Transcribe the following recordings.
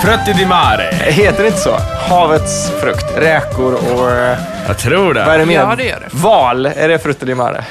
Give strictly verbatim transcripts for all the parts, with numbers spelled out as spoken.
frutti di mare. Heter det inte så? Havets frukt, räkor och... Jag tror det. Vad är det mer? Ja, det gör det. Val, är det frutti di mare?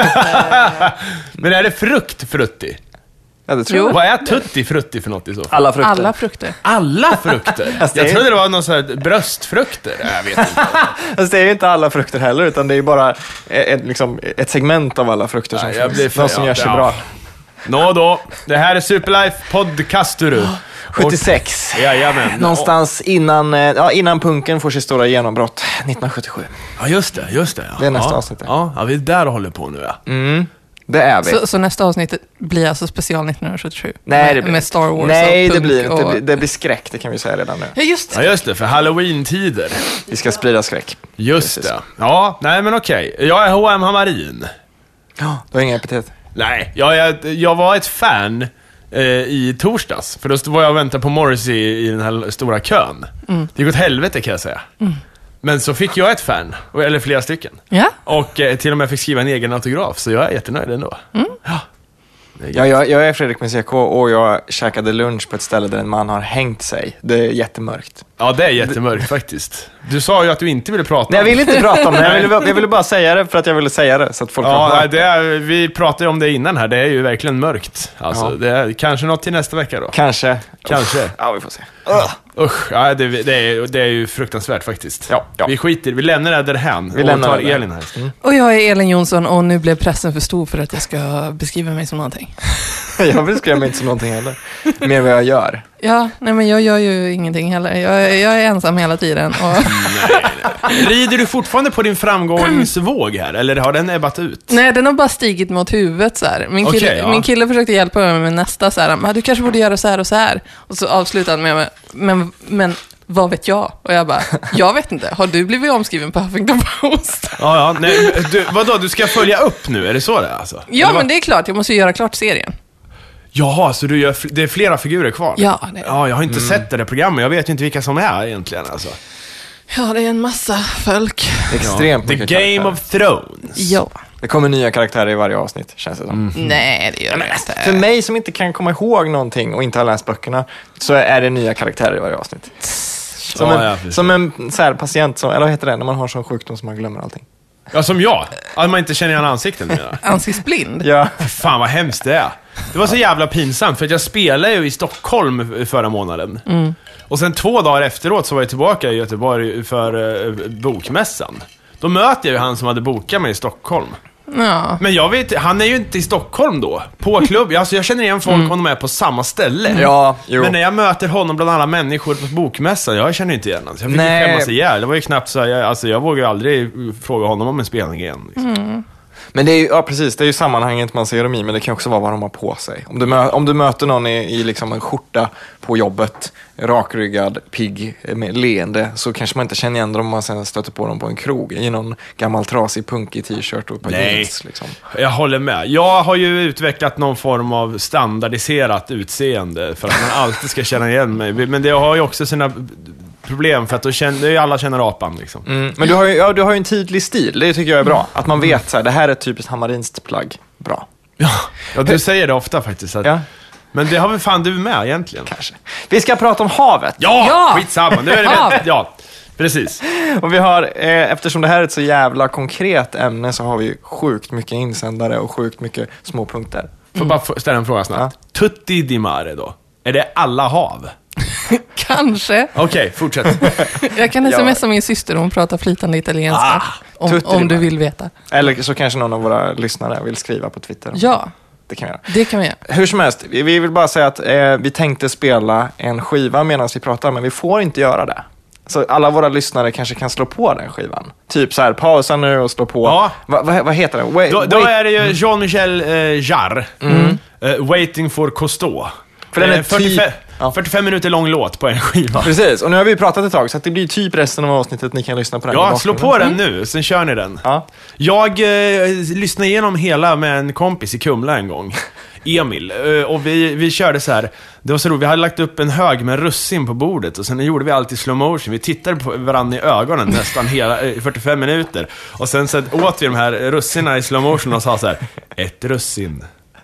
Men är det frukt frutti? Ja, det tror Jo. jag. Vad är tutti frutti för något i så fall? Alla frukter. Alla frukter. Alla frukter? Alltså, det är- Jag trodde det var någon sån här bröstfrukter. Jag vet inte. Alltså, det är ju inte alla frukter heller, utan det är ju bara ett, liksom, ett segment av alla frukter som Nej, jag finns. blir för- Någon som ja, gör sig ja. bra. Nå då, det här är Superlife Podcasturu. sjuttiosex. Och, jajamän. Någonstans innan, eh, ja, innan punken får sitt stora genombrott. nittonhundrasjuttiosju. Ja, just det, just det. Ja. Det är nästa ja. avsnitt. Ja, ja, vi är där och håller på nu, ja. Mm, det är vi. Så, så nästa avsnitt blir alltså special nittonhundrasjuttiosju? Nej, det med, blir, med Star Wars nej, och det punk blir inte. och... Det blir, det blir skräck, det kan vi säga redan nu. Ja, just Ja, det. just det, för Halloween-tider. Vi ska sprida skräck. Just Precis. det. Ja, nej men okej. Jag är H M Hammarin. Ja, du har inga epitet. Nej, jag, jag, jag var ett fan eh, i torsdags. För då var jag och väntade på Morrissey i, i den här stora kön. Mm. Det gick åt helvete kan jag säga. Mm. Men så fick jag ett fan, eller flera stycken. Ja. Och eh, till och med fick skriva en egen autograf. Så jag är jättenöjd ändå. Mm. Ja. Ja, jag, jag är Fredrik med C K och jag käkade lunch på ett ställe där en man har hängt sig. Det är jättemörkt. Ja, det är jättemörkt faktiskt. Du sa ju att du inte ville prata Nej, jag om vill inte prata om det. Jag ville, jag ville bara säga det för att jag ville säga det. Så att folk Ja, får nej, det är, vi pratade ju om det innan här. Det är ju verkligen mörkt. Alltså, Ja. det är kanske något till nästa vecka då. Kanske. Kanske. Ja, vi får se. Usch, ja, det, det, är, det är ju fruktansvärt faktiskt. Ja, ja. Vi skiter, vi lämnar det därhän. Vi och lämnar tar det där. Elin här. Mm. Och jag är Elin Jonsson och nu blev pressen för stor för att jag ska beskriva mig som någonting. Jag beskriver mig inte som någonting heller. Mer vad jag gör. Ja, nej men jag gör ju ingenting heller. Jag, jag är ensam hela tiden. Och... Nej, nej. Rider du fortfarande på din framgångsvåg här? Eller har den ebbat ut? Nej, den har bara stigit mot huvudet så här. Min kille, Okej, ja. min kille försökte hjälpa mig med nästa så här. "Men du kanske borde göra så här och så här." Och så avslutade han med, men, men vad vet jag? Och jag bara, jag vet inte. Har du blivit omskriven på Huffington Post? Ja, ja. Nej, du, vadå, du ska följa upp nu? Är det så det är alltså? Ja, Eller men det är klart. Jag måste ju göra klart serien. Jaha, så du gör, det är flera figurer kvar? Ja, det är- Ja, jag har inte sett det där programmet. Jag vet ju inte vilka som är egentligen alltså. Ja, det är en massa folk. Extremt The mycket Game karaktärer. of Thrones. Ja. Det kommer nya karaktärer i varje avsnitt, känns det som. Nej, det gör det inte. För mig som inte kan komma ihåg någonting och inte har läst böckerna, så är det nya karaktärer i varje avsnitt. Som Ja, ja, en, precis. som en så här, patient, som, eller vad heter det, när man har sån sjukdom som man glömmer allting. Ja, som jag. Att man inte känner igen ansikten menar. Ansiktsblind. Ja, Fan vad hemskt det är. Det var så jävla pinsamt för att jag spelade ju i Stockholm förra månaden. Mm. Och sen två dagar efteråt så var jag tillbaka i Göteborg för uh, bokmässan. Då möter jag ju han som hade bokat mig i Stockholm. Ja. Men jag vet, han är ju inte i Stockholm då. På klubb, alltså jag känner igen folk Mm. om de är på samma ställe. ja jo. Men när jag möter honom bland alla människor på bokmässan, jag känner inte igen honom. Så jag fick ju Nej. skämmas ihjäl. Det var ju knappt så, jag, alltså jag vågar aldrig fråga honom om en spelning igen. Liksom. Men det är ju, ja precis, det är ju sammanhanget man ser dem i, men det kan också vara vad de har på sig. Om du, mö, om du möter någon i, i liksom en skjorta på jobbet, rakryggad, pigg, med leende, så kanske man inte känner igen dem om man sen stöter på dem på en krog i någon gammal trasig punkig t-shirt och ett par Nej. jeans. Liksom. Jag håller med. Jag har ju utvecklat någon form av standardiserat utseende för att man alltid ska känna igen mig. Men det har ju också sina problem för att då känner, det är ju alla känner apan liksom. Mm, men du har, ju, ja, du har ju en tydlig stil, det tycker jag är bra. Att man vet så här, det här är ett typiskt hammarinskt plagg. Bra. Ja, ja, du säger det ofta faktiskt. Att, Ja, Men det har väl fan du med egentligen? kanske. Vi ska prata om havet. Ja, Ja! skitsamma. Nu är det Hav. väl, ja, precis. Och vi har, eh, eftersom det här är ett så jävla konkret ämne, så har vi sjukt mycket insändare och sjukt mycket små punkter. Får bara få- ställa en fråga snabbt. Tutti di mare då? Är det alla hav? Kanske. Okej, fortsätt. Jag kan smsa min syster, hon pratar flytande italienska. Ah, om, tutti om di du mare. vill veta. Eller så kanske någon av våra lyssnare vill skriva på Twitter. Ja, Det kan vi göra. det kan vi göra. Hur som helst, vi vi vill bara säga att eh, vi tänkte spela en skiva medan vi pratar, men vi får inte göra det. Så alla våra lyssnare kanske kan slå på den skivan. Typ så här, pausa nu och slå på. Ja. Va, va, vad heter den? Wait, Då, då wait. är det ju Jean-Michel eh, Jarre. Eh, Waiting for Cousteau. För den är Eh, fyrtiofem, typ- ja. fyrtiofem minuter lång låt på en skiva. Precis, och nu har vi pratat ett tag, så att det blir typ resten av avsnittet ni kan lyssna på den. i Ja, slå bakgrunden. på den nu, sen kör ni den. Ja. Jag eh, lyssnade igenom hela med en kompis i Kumla en gång. Emil. Eh, och vi, vi körde så här. Det var så roligt, vi hade lagt upp en hög med russin på bordet. Och sen gjorde vi allt i slow motion. Vi tittade på varandra i ögonen nästan hela eh, fyrtiofem minuter. Och sen så åt vi de här russina i slow motion och sa så här: ett russin,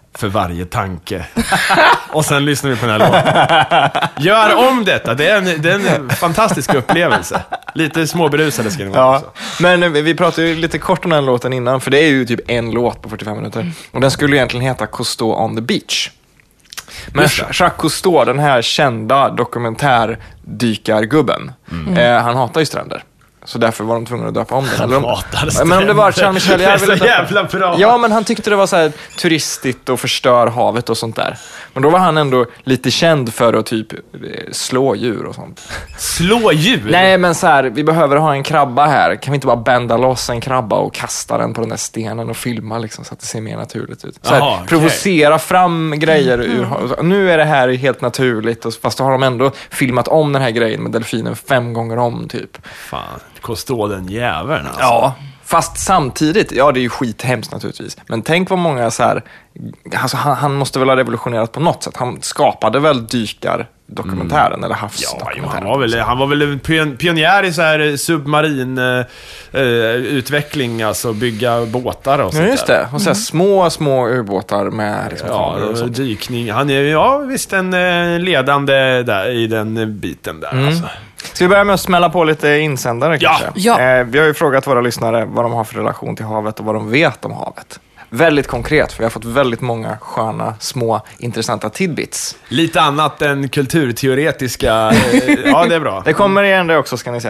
för varje tanke. Och sen lyssnar vi på den här låten. Gör om detta, det är en, det är en fantastisk upplevelse. Lite småberusade ska ni vara Ja, också. men vi pratade ju lite kort om den låten innan, för det är ju typ en låt på fyrtiofem minuter. Och den skulle egentligen heta Cousteau on the beach. Men Just det. Jacques Cousteau, den här kända dokumentärdykargubben, Mm. eh, han hatar ju stränder. Så därför var de tvungna att döpa om den. Han Eller om, hatar men om det var Jean-Michel Det är Jarre, så jävla bra. Ja, men han tyckte det var så här turistigt och förstör havet och sånt där. Men då var han ändå lite känd för att typ eh, slå djur och sånt. Slå djur? Nej, men så här, vi behöver ha en krabba här. Kan vi inte bara bända loss en krabba och kasta den på den där stenen och filma liksom, så att det ser mer naturligt ut? Så här, Jaha, okej. provocera fram grejer ur havet. Nu är det här helt naturligt, och fast då har de ändå filmat om den här grejen med delfinen fem gånger om typ. Fan, Cousteau den jäveln alltså. Ja, fast samtidigt, ja det är ju skithemskt naturligtvis. Men tänk vad många så här, alltså han, han måste väl ha revolutionerat på något sätt. Han skapade väl dykardokumentären eller Ja, havsdokumentären. han var väl, han var väl en pion- pionjär i så här submarin eh, eh, utveckling, alltså bygga båtar och sånt Ja, just där. det. Och så här, små, små ubåtar med liksom, Ja, kameror och sånt. dykning. Han är ja, visst en eh, ledande där, i den eh, biten där. Mm. Alltså. Ska vi börja med att smälla på lite insändare Ja. kanske? Ja. Eh, vi har ju frågat våra lyssnare vad de har för relation till havet och vad de vet om havet. Väldigt konkret, för vi har fått väldigt många sköna, små, intressanta tidbits. Lite annat än kulturteoretiska. Eh, ja, det är bra. Det kommer igen det också, ska ni se.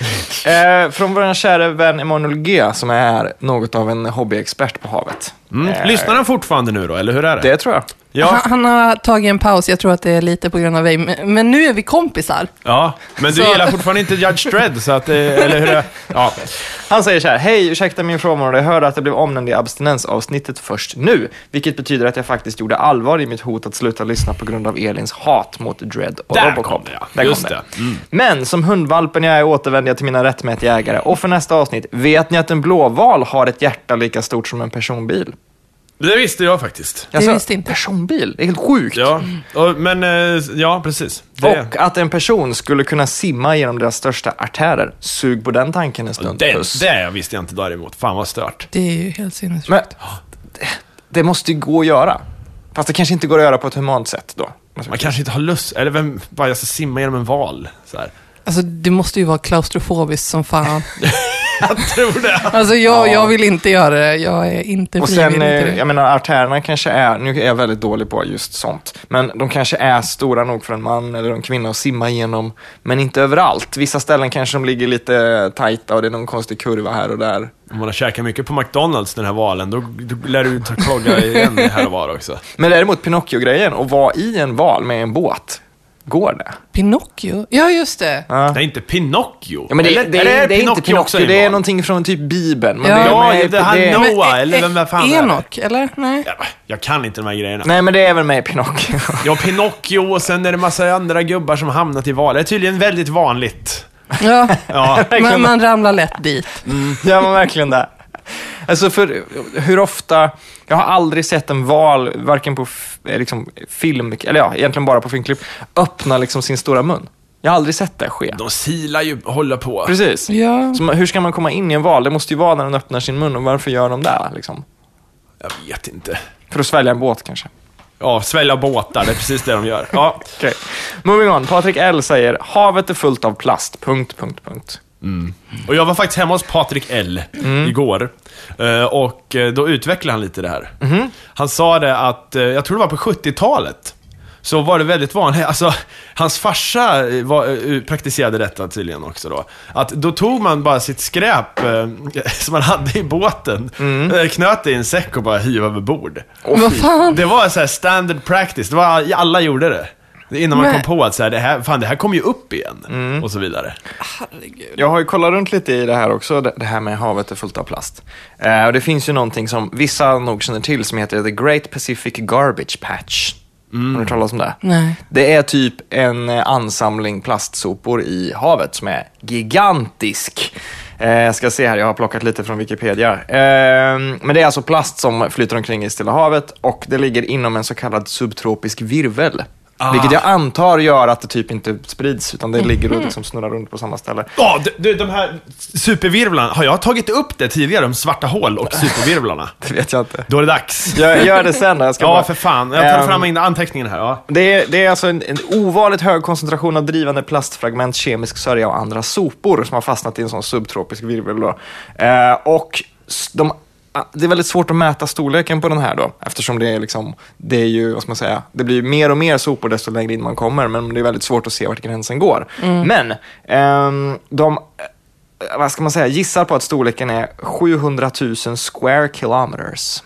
Eh, från vår kära vän Emanuel G, som är något av en hobbyexpert på havet. Mm. Eh, Lyssnar han fortfarande nu då, eller hur är det? Det tror jag. Ja, Han, han har tagit en paus, jag tror att det är lite på grund av mig. Men, men nu är vi kompisar. ja. Men du Så- gillar fortfarande inte Judge Dredd, så att, eh, eller hur är det? Ja. Han säger så här: hej, ursäkta min frånvaro, jag hörde att jag blev omnämnd i abstinensavsnittet först nu, vilket betyder att jag faktiskt gjorde allvar i mitt hot att sluta lyssna på grund av Elins hat mot Dread och Där Robocop. kom det, ja. Där Just kom det. det. Mm. Men som hundvalpen jag är återvänder jag till mina rättmätiga ägare, och för nästa avsnitt, vet ni att en blåval har ett hjärta lika stort som en personbil? Det visste jag faktiskt. Det visste inte. Personbil? Det är helt sjukt. Ja, och, men eh, ja, precis. Det, Och att en person skulle kunna simma genom deras största artärer. Sug på den tanken en stund. det, Puss. det visste jag inte däremot. Fan vad stört. Det är ju helt sinnessjukt. Men det, det måste ju gå att göra. Fast det kanske inte går att göra på ett humant sätt då. Man kanske inte har lust, eller vem, bara jag ska simma genom en val. Så här. Alltså det måste ju vara klaustrofobiskt som fan. Jag tror det. Alltså jag, Ja. jag vill inte göra det. Jag är inte Och frivillig sen, till eh, det. jag menar, artärerna kanske är, nu är jag väldigt dålig på just sånt, men de kanske är stora nog för en man eller en kvinna att simma igenom, men inte överallt. Vissa ställen kanske de ligger lite tajta och det är någon konstig kurva här och där. Om man har käkat mycket på McDonalds den här valen, då, då lär du ta klogga igen här och var också. Men däremot Pinocchio-grejen, och vara i en val med en båt, går det? Pinocchio? Ja, just det. Ja. Det är inte Pinocchio. Ja, men det, Eller- det, eller det, det är inte Pinocchio, också i en det är val? någonting från typ Bibeln. Men Ja. det, Ja, men, det här det, Noah. Men, eller eh, vem- vad fan är det? Enok, eller? Nej. Ja, jag kan inte de här grejerna. Nej, men det är väl med Pinocchio. Ja, Pinocchio och sen är det massa andra gubbar som hamnat i val. Det är tydligen väldigt vanligt. Ja, Ja, man, man ramlar lätt dit. Ja, men verkligen det. Alltså för hur ofta, jag har aldrig sett en val, varken på f- liksom, film, eller ja, egentligen bara på filmklipp, öppna liksom sin stora mun. Jag har aldrig sett det ske. de silar ju och håller på. Precis. Ja. Så man- hur ska man komma in i en val? Det måste ju vara när den öppnar sin mun, och varför gör de det liksom? Jag vet inte. För att svälja en båt kanske. Ja, svälja båtar, det är precis det de gör. Ja, Okej. Moving on. Patrik L säger, havet är fullt av plast. Punkt, punkt, punkt. och jag var faktiskt hemma hos Patrik L igår. Eh, Och eh, då utvecklade han lite det här. Han sa det att, eh, jag tror det var på sjuttiotalet, så var det väldigt vanligt, alltså hans farsa var, eh, praktiserade detta tydligen också då. Att då tog man bara sitt skräp eh, som man hade i båten, eh, knöt det i en säck och bara hiv över bord. Vad fan? Det var så här standard practice, det var, alla gjorde det. Innan man Men- kom på att så här, det här, fan, det här kommer ju upp igen, och så vidare. Herregud. Jag har ju kollat runt lite i det här också, det det här med havet är fullt av plast. Eh, och det finns ju någonting som vissa nog känner till som heter The Great Pacific Garbage Patch. Har du hört talas om det? Nej. Det är typ en eh, ansamling plastsopor i havet som är gigantisk. Eh, jag ska se här, jag har plockat lite från Wikipedia. Eh, men det är alltså plast som flyter omkring i Stilla havet, och det ligger inom en så kallad subtropisk virvel. Ah. Vilket jag antar gör att det typ inte sprids, utan det ligger och liksom snurrar runt på samma ställe. Ja, oh, de, de här supervirvlarna, har jag tagit upp det tidigare om svarta hål och supervirvlarna? Det vet jag inte. Då är det dags. Jag gör det sen. Jag ska ja, bara... för fan. Jag tar um, fram in anteckningen här. Ja. Det, är, det är alltså en, en ovanligt hög koncentration av drivande plastfragment, kemisk sörja och andra sopor som har fastnat i en sån subtropisk virvel då. Uh, och de... Det är väldigt svårt att mäta storleken på den här då, eftersom det är liksom, det är ju, vad ska man säga, det blir mer och mer sopor desto längre in man kommer, men det är väldigt svårt att se vart gränsen går. Mm. Men um, de, vad ska man säga, gissar på att storleken är sjuhundratusen square kilometers.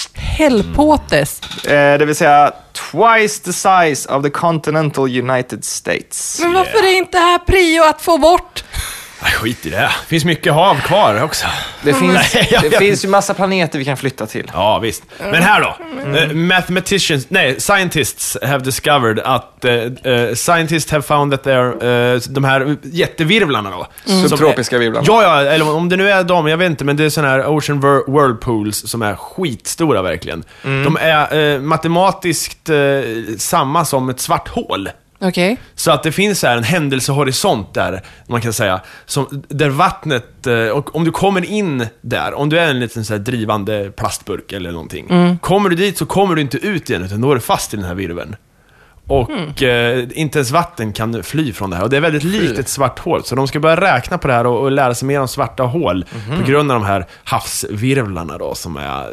Helpotes. Mm. Det vill säga twice the size of the continental United States. Men varför är inte här prio att få bort? Nej, skit i det. Det finns mycket hav kvar också. Det finns, det finns ju massa planeter vi kan flytta till. Ja, visst. Men här då. Mm. Uh, mathematicians, nej, scientists have discovered att uh, uh, scientists have found that they're, uh, de här jättevirvlarna då. Mm. Subtropiska virvlarna. Ja, ja, eller om det nu är de, jag vet inte, men det är sådana här ocean whirlpools som är skitstora verkligen. Mm. De är uh, matematiskt uh, samma som ett svart hål. Okay. Så att det finns här en händelsehorisont där, man kan säga, som, där vattnet, och om du kommer in där, om du är en liten så här drivande plastburk eller någonting, mm. kommer du dit så kommer du inte ut igen, utan då är du fast i den här virveln. Och mm. eh, inte ens vatten kan fly från det här. Och det är väldigt likt ett svart hål. Så de ska börja räkna på det här och, och lära sig mer om svarta hål mm-hmm. på grund av de här havsvirvlarna då, som är...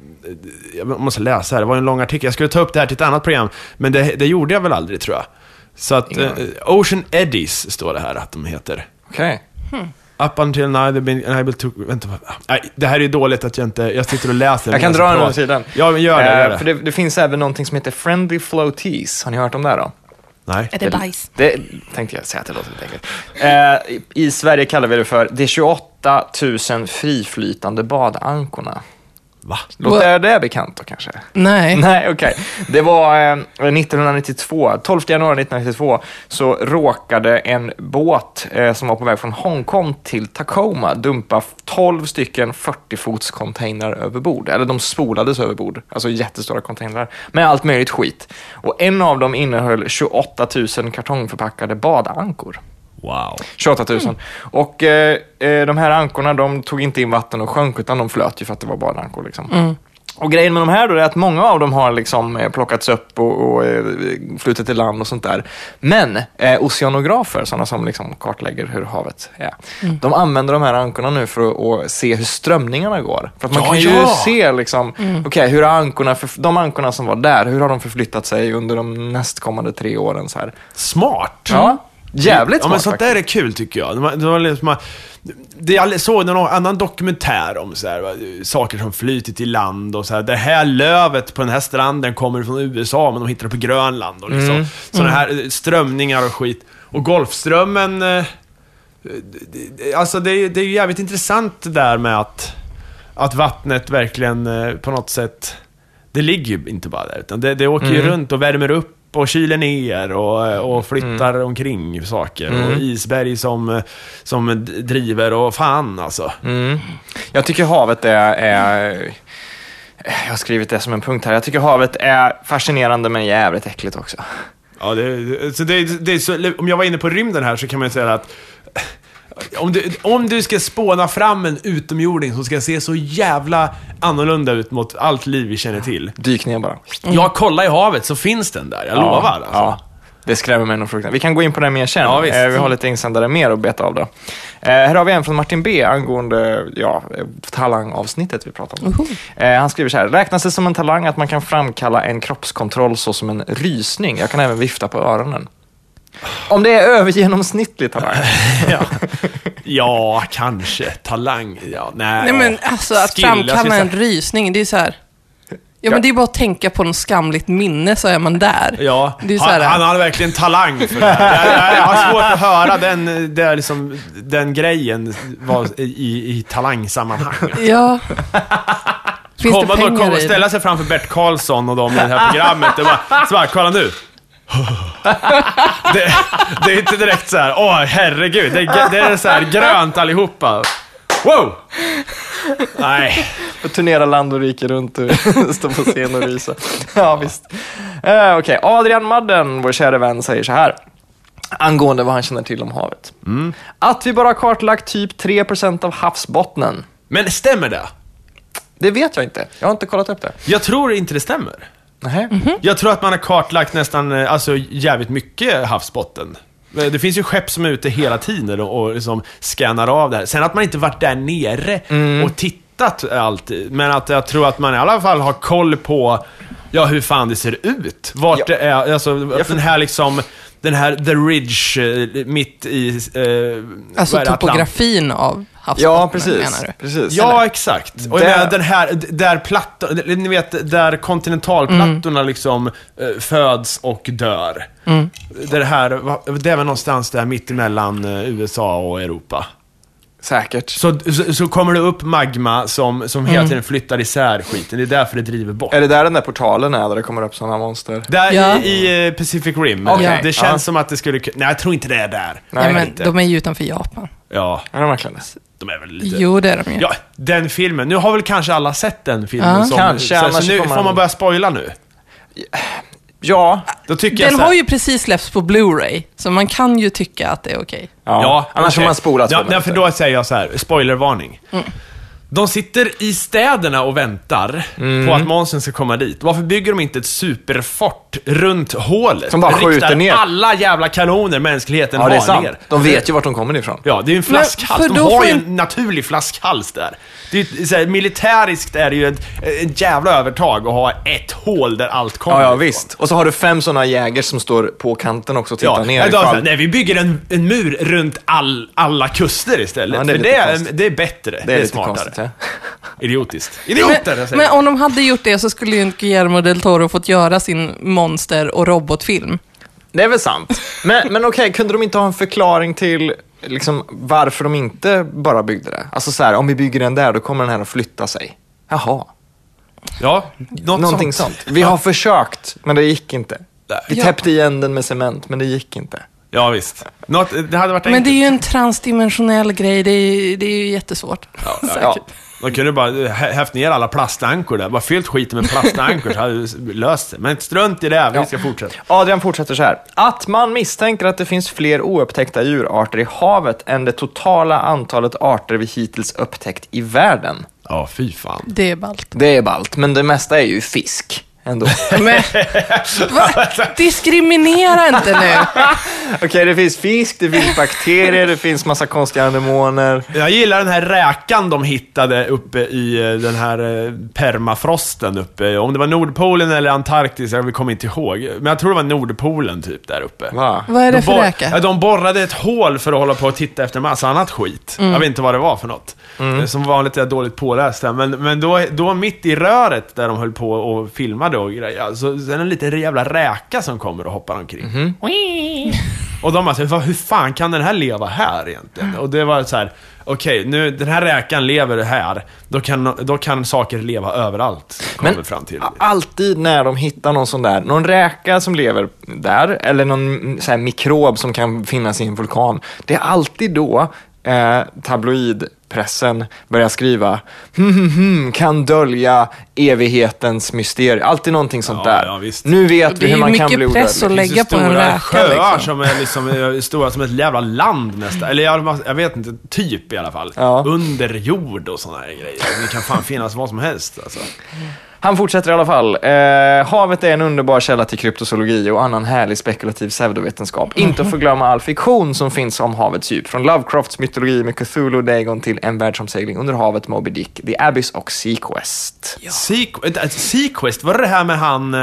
Jag måste läsa här, det var en lång artikel. Jag skulle ta upp det här till ett annat program, men det, det gjorde jag väl aldrig, tror jag. Så att uh, Ocean Eddies står det här att de heter. Okej. Okay. Hmm. Up until now they've been able to... Vänta, nej, det här är dåligt att jag inte... Jag sitter och läser. Jag kan dra den här sidan. Ja, men gör det. Uh, gör det. För det, det finns även någonting som heter Friendly Floaties. Har ni hört om det då? Nej. Är det bajs? Det, det tänkte jag säga att det låter lite enkelt. Uh, i, I Sverige kallar vi det för de tjugoåtta tusen friflytande badankorna. Va? Låter det bekant då kanske? Nej. Nej, okej. Okay. Det var eh, nittonhundranittiotvå, tolfte januari nittonhundranittiotvå, så råkade en båt eh, som var på väg från Hongkong till Tacoma dumpa tolv stycken fyrtio-fots containrar över bord. Eller de spolades över bord, alltså jättestora containrar med allt möjligt skit. Och en av dem innehöll tjugoåtta tusen kartongförpackade badankor. Wow. tjugoåtta tusen. Mm. Och eh, de här ankorna, de tog inte in vatten och sjönk, utan de flöt ju för att det var badankor liksom. Mm. Och grejen med de här då är att många av dem har liksom plockats upp och, och flutit till land och sånt där. Men eh, oceanografer, sådana som liksom kartlägger hur havet är, mm. de använder de här ankorna nu för att, att se hur strömningarna går. För att man ja, kan ju ja. se liksom, mm. okej, okay, hur har ankorna, för, de ankorna som var där, hur har de förflyttat sig under de nästkommande tre åren så här. Smart. Ja. Jävligt ja, men sånt faktiskt. där är kul tycker jag. Det var liksom, det jag såg någon annan dokumentär om så här, saker som flytit i land och så här. Det här lövet på den här stranden kommer från U S A, men de hittar det på Grönland och liksom. Mm. Såna här strömningar och skit. Och Golfströmmen, alltså det är, det är ju jävligt intressant det där med att, att vattnet verkligen på något sätt, det ligger ju inte bara där, utan det, det åker ju mm. runt och värmer upp och kyler ner och, och flyttar mm. omkring saker mm. och isberg som, som driver och fan alltså. Mm. Jag tycker havet är, är jag har skrivit det som en punkt här. Jag tycker havet är fascinerande men jävligt äckligt också. Ja, det, så det, det är så, om jag var inne på rymden här så kan man säga att Om du, om du ska spåna fram en utomjording som ska se så jävla annorlunda ut mot allt liv vi känner till. Dyk ner bara. Mm. Jag kollar i havet så finns den där, jag ja, lovar alltså. Ja, det skrämmer mig nog fruktansvärt. Vi kan gå in på det mer sen. Ja, visst. Vi har lite insändare mer att beta av då. Eh, här har vi en från Martin B angående ja, talangavsnittet vi pratar om. Uh-huh. Eh, han skriver så här: räknas det som en talang att man kan framkalla en kroppskontroll så som en rysning? Jag kan även vifta på öronen. Om det är övergenomsnittligt talang. ja. ja, kanske. Talang. Ja, nej, nej men alltså att Skill, framkalla en rysning, det är så här. Ja, men det är bara att tänka på något skamligt minne så är man där. Ja, det är så han, här, han har verkligen talang för det här. Jag, jag har svårt att höra den, det liksom, den grejen var i, i talangsammanhang. Ja. Finns komma det pengar då, komma, i ställa sig framför Bert Karlsson och de i det här programmet och bara, så bara, kolla nu. det, det är inte direkt så här, åh herregud, det, det är så här grönt allihopa. Wow! Nej. Och turnera land och rike runt och stå på scen och rysa. Ja, visst. Uh, Okej, okay. Adrian Madden, vår kära vän, säger så här. Angående vad han känner till om havet. Mm. Att vi bara har kartlagt typ tre procent av havsbottnen. Men stämmer det? Det vet jag inte. Jag har inte kollat upp det. Jag tror inte det stämmer. Nej. Mm-hmm. Jag tror att man har kartlagt nästan, alltså jävligt mycket havsbotten. Det finns ju skepp som är ute hela tiden och, och liksom scannar av det här. Sen att man inte varit där nere mm. och tittat alltid. Men att jag tror att man i alla fall har koll på, ja, hur fan det ser ut. Vart ja. det är, alltså den här liksom, den här The Ridge eh, mitt i eh, alltså topografin av havsbotten. Ja, precis. precis. Ja, Eller? exakt. Och där... den här, där plattor, ni vet, där kontinentalplattorna mm. liksom eh, föds och dör. Mm. Det här, det är väl någonstans där mitt emellan eh, U S A och Europa. Säkert. Så, så, så kommer det upp magma som, som hela tiden flyttar isär skiten. Det är därför det driver bort. Är det där den där portalen är, där det kommer upp sådana monster? Där ja. i, i Pacific Rim. Okay. Det känns ja. som att det skulle... Nej, jag tror inte det är där. Nej, Nej men inte. de är ju utanför Japan. Ja. Är de verkligen det? De är väl lite... Jo, det är de ju. Ja, den filmen. Nu har väl kanske alla sett den filmen. Ja. Som, kanske, så, så nu får man... får man börja spoila nu. Ja. Då tycker den jag så här... har ju precis släppts på Blu-ray, så man kan ju tycka att det är okej. Okay. Ja, ja, annars får okay. man spola. Ja, nej, för då säger jag så här, spoilervarning. Mm. De sitter i städerna och väntar mm. på att monstren ska komma dit. Varför bygger de inte ett superfort runt hålet? Som bara skjuter ner alla jävla kanoner mänskligheten ja, det är har sant. ner. De vet ju vart de kommer ifrån. Ja, det är ju en flaskhals. Men, de har ju får... en naturlig flaskhals där. Det är, så här, militäriskt är det ju ett, ett jävla övertag att ha ett hål där allt kommer. Ja, ja ifrån. visst. Och så har du fem sådana jägare som står på kanten också och tittar ja, ner. Ja, nej, vi bygger en, en mur runt all, alla kuster istället. Ja, det är, för det är, det är bättre. Det är, det är smartare. Konstigt, ja. Idiotiskt. Idioter, men, men om de hade gjort det så skulle ju Guillermo del Toro fått göra sin monster- och robotfilm. Det är väl sant. Men, men okej, kunde de inte ha en förklaring till liksom, varför de inte bara byggde det? Alltså så här, om vi bygger den där, då kommer den här att flytta sig. Jaha. Ja, något någonting sånt. sånt. Vi har försökt, men det gick inte. Vi ja. täppte igen den med cement, men det gick inte. Ja, visst. Något, det hade varit men enkelt. det är ju en transdimensionell grej, det är, det är ju jättesvårt. Ja, ja, ja. De kunde bara häft ner alla plastankor där. Bara fyllt skiten med plastankor så hade vi löst det. Men strunt i det här, vi ska fortsätta. Adrian fortsätter så här. Att man misstänker att det finns fler oupptäckta djurarter i havet än det totala antalet arter vi hittills upptäckt i världen. Ja, fy fan. Det är ballt. Det är ballt, men det mesta är ju fisk. Ändå. Men, va? Diskriminera inte nu. Okej, okay, det finns fisk, det finns bakterier, det finns massa konstiga anemoner. Jag gillar den här räkan de hittade uppe i den här permafrosten uppe. Om det var Nordpolen eller Antarktis, jag kommer inte ihåg. Men jag tror det var Nordpolen typ där uppe. Va? Vad är det de för räka? Ja, de borrade ett hål för att hålla på och titta efter en massa annat skit. Mm. Jag vet inte vad det var för något. Mm. Som vanligt är jag dåligt påläst. Men, men då, då mitt i röret där de höll på och filmade och grejer, så, så är det en liten jävla räka som kommer och hoppar omkring. Mm-hmm. Och de bara så, hur fan kan den här leva här egentligen? Och det var så här, okej, okay, nu den här räkan lever här, då kan, då kan saker leva överallt. Men fram till. Alltid när de hittar någon sån där, någon räka som lever där, eller någon så här mikrob som kan finnas i en vulkan, det är alltid då eh, tabloidpressen börjar skriva hm, hm, hm, kan dölja evighetens mysterier. Alltid någonting sånt ja, där. Ja, visst. Nu vet vi hur man kan bli odödlig. Det är mycket press att lägga på en räka. Sjöar liksom. som är liksom stora som ett jävla land nästan. Eller jag, jag vet inte, typ i alla fall. Ja. Under jord och såna här grejer. Det kan fan finnas vad som helst alltså. Han fortsätter i alla fall. Eh, havet är en underbar källa till kryptozoologi och annan härlig spekulativ pseudovetenskap. Mm-hmm. Inte att förglömma all fiktion som finns om havets djup. Från Lovecrafts mytologi med Cthulhu, Dagon till En världsomsegling under havet, Moby Dick, The Abyss och Sequest. Ja. Sequ- Sequest, var det det här med han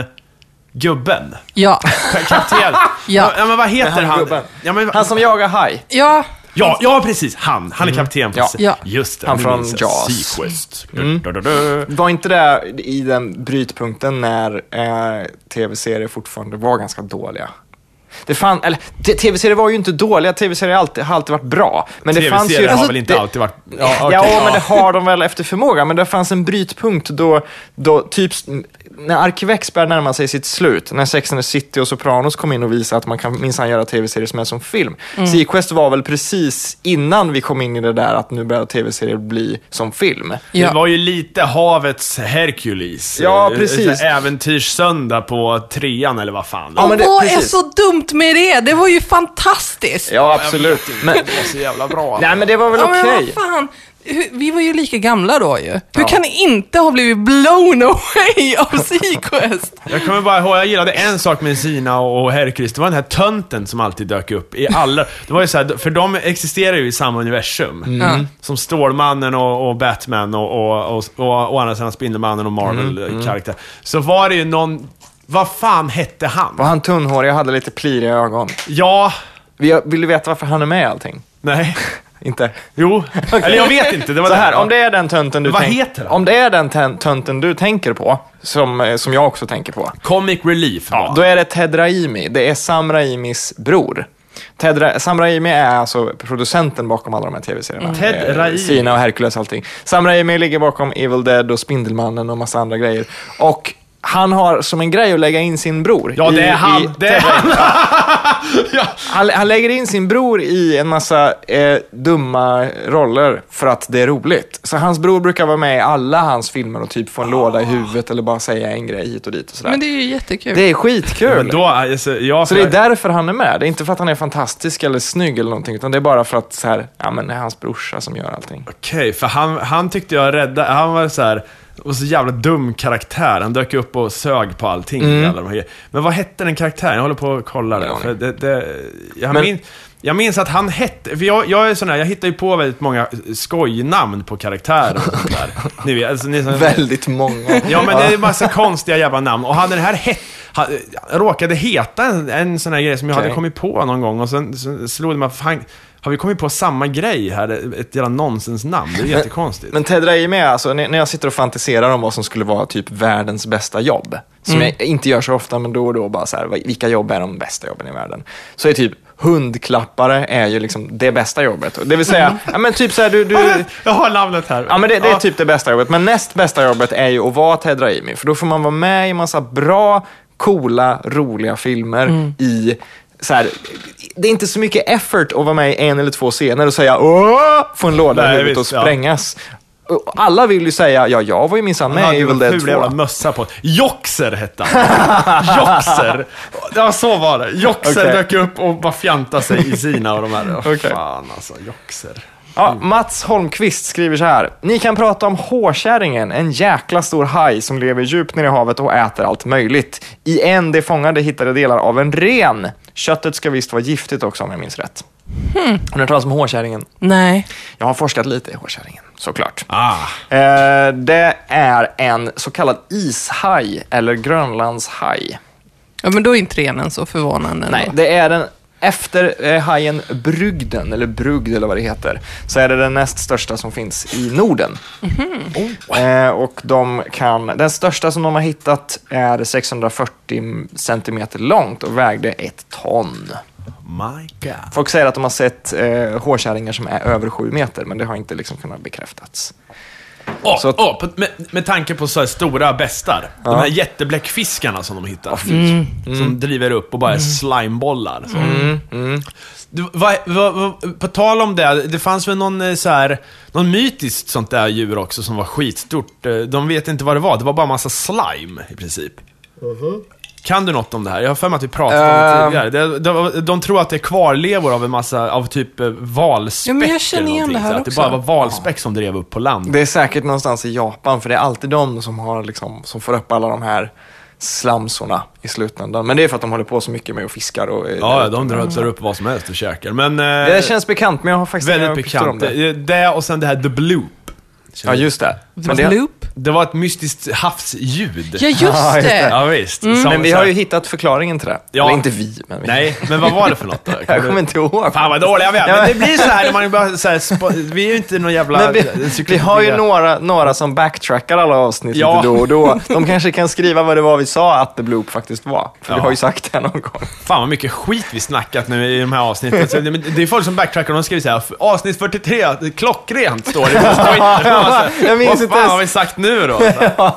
gubben? Ja. Kapten. Ja. Ja, men vad heter han? Han, ja, men, han som jagar haj. Ja. Ja, ja, precis. Han. Han är kapten på ja. sig. Ja. Just det. Han från minns Jaws. Sequest. Mm. Du, du, du. Var inte det i den brytpunkten när eh, tv-serier fortfarande var ganska dåliga? Det fan, eller, t- tv-serier var ju inte dåliga, tv-serier har alltid, har alltid varit bra. Men det fanns ju... har Alltså, väl inte det, alltid varit... Ja, okay, ja, ja, men det har de väl efter förmåga. Men det fanns en brytpunkt då, då typ... När Arkivex började närma sig sitt slut, när Sex and the City och Sopranos kom in och visade att man kan minsann göra tv-serier som är som film. Mm. Sequest var väl precis innan vi kom in i det där att nu börjar tv-serier bli som film. Ja. Det var ju lite havets Hercules. Ja, precis. Äventyrssöndag på trean eller vad fan. Ja, men det, vad precis. är så dumt med det? Det var ju fantastiskt. Ja, absolut. Men det var så jävla bra. Nej, men det var väl ja, okej. Okay. Men vad fan? Vi var ju lika gamla då ju. Hur ja. kan ni inte ha blivit blown away av Sequest? Jag kommer bara ihåg, jag gillade en sak med Sina och Hercules. Det var den här tönten som alltid dök upp i alla. Det var ju så här, för de existerar ju i samma universum. Mm. Som Stålmannen och, och Batman och, och, och, och, och andra sidan Spindelmannen och Marvel-karaktär. Mm. Mm. Så var det ju någon... Vad fan hette han? Var han tunnhårig och hade lite pliriga ögon? Ja. Vill du veta varför han är med i allting? Nej. Inte? Jo, okay. Eller jag vet inte. Det var så här, det. om det är den tönten du Vad tänk- heter det? Om det är den t- tönten du tänker på, som, som jag också tänker på. Comic Relief. Ja, då är det Ted Raimi. Det är Sam Raimis bror. Ted Ra- Sam Raimi är alltså producenten bakom alla de här tv-serierna. Mm. Ted Raimi. Sina och Hercules och allting. Sam Raimi ligger bakom Evil Dead och Spindelmannen och massa andra grejer. Och han har som en grej att lägga in sin bror. Ja, det är han. Det är han. ja. han. Han lägger in sin bror i en massa eh, dumma roller för att det är roligt. Så hans bror brukar vara med i alla hans filmer och typ få en oh. låda i huvudet eller bara säga en grej hit och dit och sådär. Men det är ju jättekul. Det är skitkul. Men då, alltså, jag, så det är därför han är med. Det är inte för att han är fantastisk eller snygg eller någonting, utan det är bara för att så här, ja, men det är hans brorsa som gör allting. Okej, okay, för han, han tyckte jag rädda. Han var så här... Och så jävla dum karaktär. Han dök upp och sög på allting. Mm. Alla de här. Men vad hette den karaktären? Jag håller på att kolla det. För det, det jag, Men... min, jag minns att han hette... För jag, jag är sån här, jag hittar ju på väldigt många skojnamn på karaktärer och sånt där. Ni vet, alltså, ni, så, väldigt många. Ja, men det är massa konstiga jävla namn. Och hade den här het, ha, råkade heta en, en sån här grej som jag okay. hade kommit på någon gång. Och sen så slog det mig, fan... Har vi kommit på samma grej här? Ett jävla nonsensnamn. Det är jättekonstigt. Men, men Ted Raimi, alltså, när jag sitter och fantiserar om vad som skulle vara typ världens bästa jobb, som mm. jag inte gör så ofta, men då och då bara så här, vilka jobb är de bästa jobben i världen? Så är typ hundklappare är ju liksom det bästa jobbet. Det vill säga, mm. ja men typ så här, du... du jag har namnet här. Ja, men det, det är typ det bästa jobbet. Men näst bästa jobbet är ju att vara Ted Raimi. För då får man vara med i en massa bra, coola, roliga filmer mm. i... Så här, det är inte så mycket effort att vara med i en eller två scener och säga åh, få en låda i huvudet och sprängas. Ja. Alla vill ju säga, ja, jag var ju minsann med i Evil Dead två. Jävla mössa på. Joxer hette han. Joxer. Ja, så var det. Joxer okay. dök upp och bara fjantade sig i sina och de här. Oh, okay. Fan alltså, Joxer. Ja, Mats Holmqvist skriver så här: ni kan prata om hårkärringen, en jäkla stor haj som lever djupt nere i havet och äter allt möjligt. I en de fångade hittade delar av en ren. Köttet ska visst vara giftigt också om jag minns rätt. Hmm. Har ni hört talas om hårkärringen? Nej. Jag har forskat lite i hårkärringen, såklart. Ah. Eh, det är en så kallad ishaj eller grönlandshaj. Ja, men då är inte renen så förvånande. Nej, det är den. Efter eh, hajen Brugden, eller Brugd eller vad det heter, så är det den näst största som finns i Norden. Mm-hmm. Oh. Eh, och de kan, den största som de har hittat är sexhundrafyrtio centimeter långt och vägde ett ton. My God. Folk säger att de har sett eh, hårkärringar som är över sju meter, men det har inte liksom kunnat bekräftats. Oh, så att, oh, med, med tanke på så här stora bestar. Ja. De här jättebläckfiskarna som de hittar. Oh, mm. Som mm. driver upp och bara är slimebollar. Så. Mm. Mm. Du, va, va, va, på tal om det, det fanns väl någon, så här, någon mytiskt sånt där djur också som var skitstort. De vet inte vad det var. Det var bara massa slime i princip. Mm-hmm. Kan du något om det här? Jag har för mig att vi pratade om det tidigare. De, de, de tror att det är kvarlevor av en massa av typ valspäck. Ja, men jag känner igen det här så att också. det bara var valspäck som drev upp på land. Det är säkert någonstans i Japan, för det är alltid de som, har liksom, som får upp alla de här slamsorna i slutändan. Men det är för att de håller på så mycket med att fiskar och... Ja, de drar mm. upp vad som helst och käkar. Men, det känns bekant, men jag har faktiskt väldigt bekant. Det. det och sen det här The Bloop. Ja, just det. Men det, loop. Det var ett mystiskt havsljud. Ja, just det. Ja, visst. Mm. Som, men vi har ju hittat förklaringen till det. Ja. Eller inte vi, men vi. Nej, men vad var det för något då? Jag kommer inte ihåg. Fan vad dåliga vi är. Men det blir så här när man bara så här, sp- vi är ju inte någon jävla... Men vi, vi har ju några, några som backtrackar alla avsnitt Ja. lite då och då. De kanske kan skriva vad det var vi sa att The Bloop faktiskt var. För Ja. vi har ju sagt det någon gång. Fan vad mycket skit vi snackat nu i de här avsnitten. Så det, det är folk som backtrackar och de skriver så här: avsnitt fyrtiotre, klockrent står det. Jag minns Vad inte fan ens. har vi sagt nu då?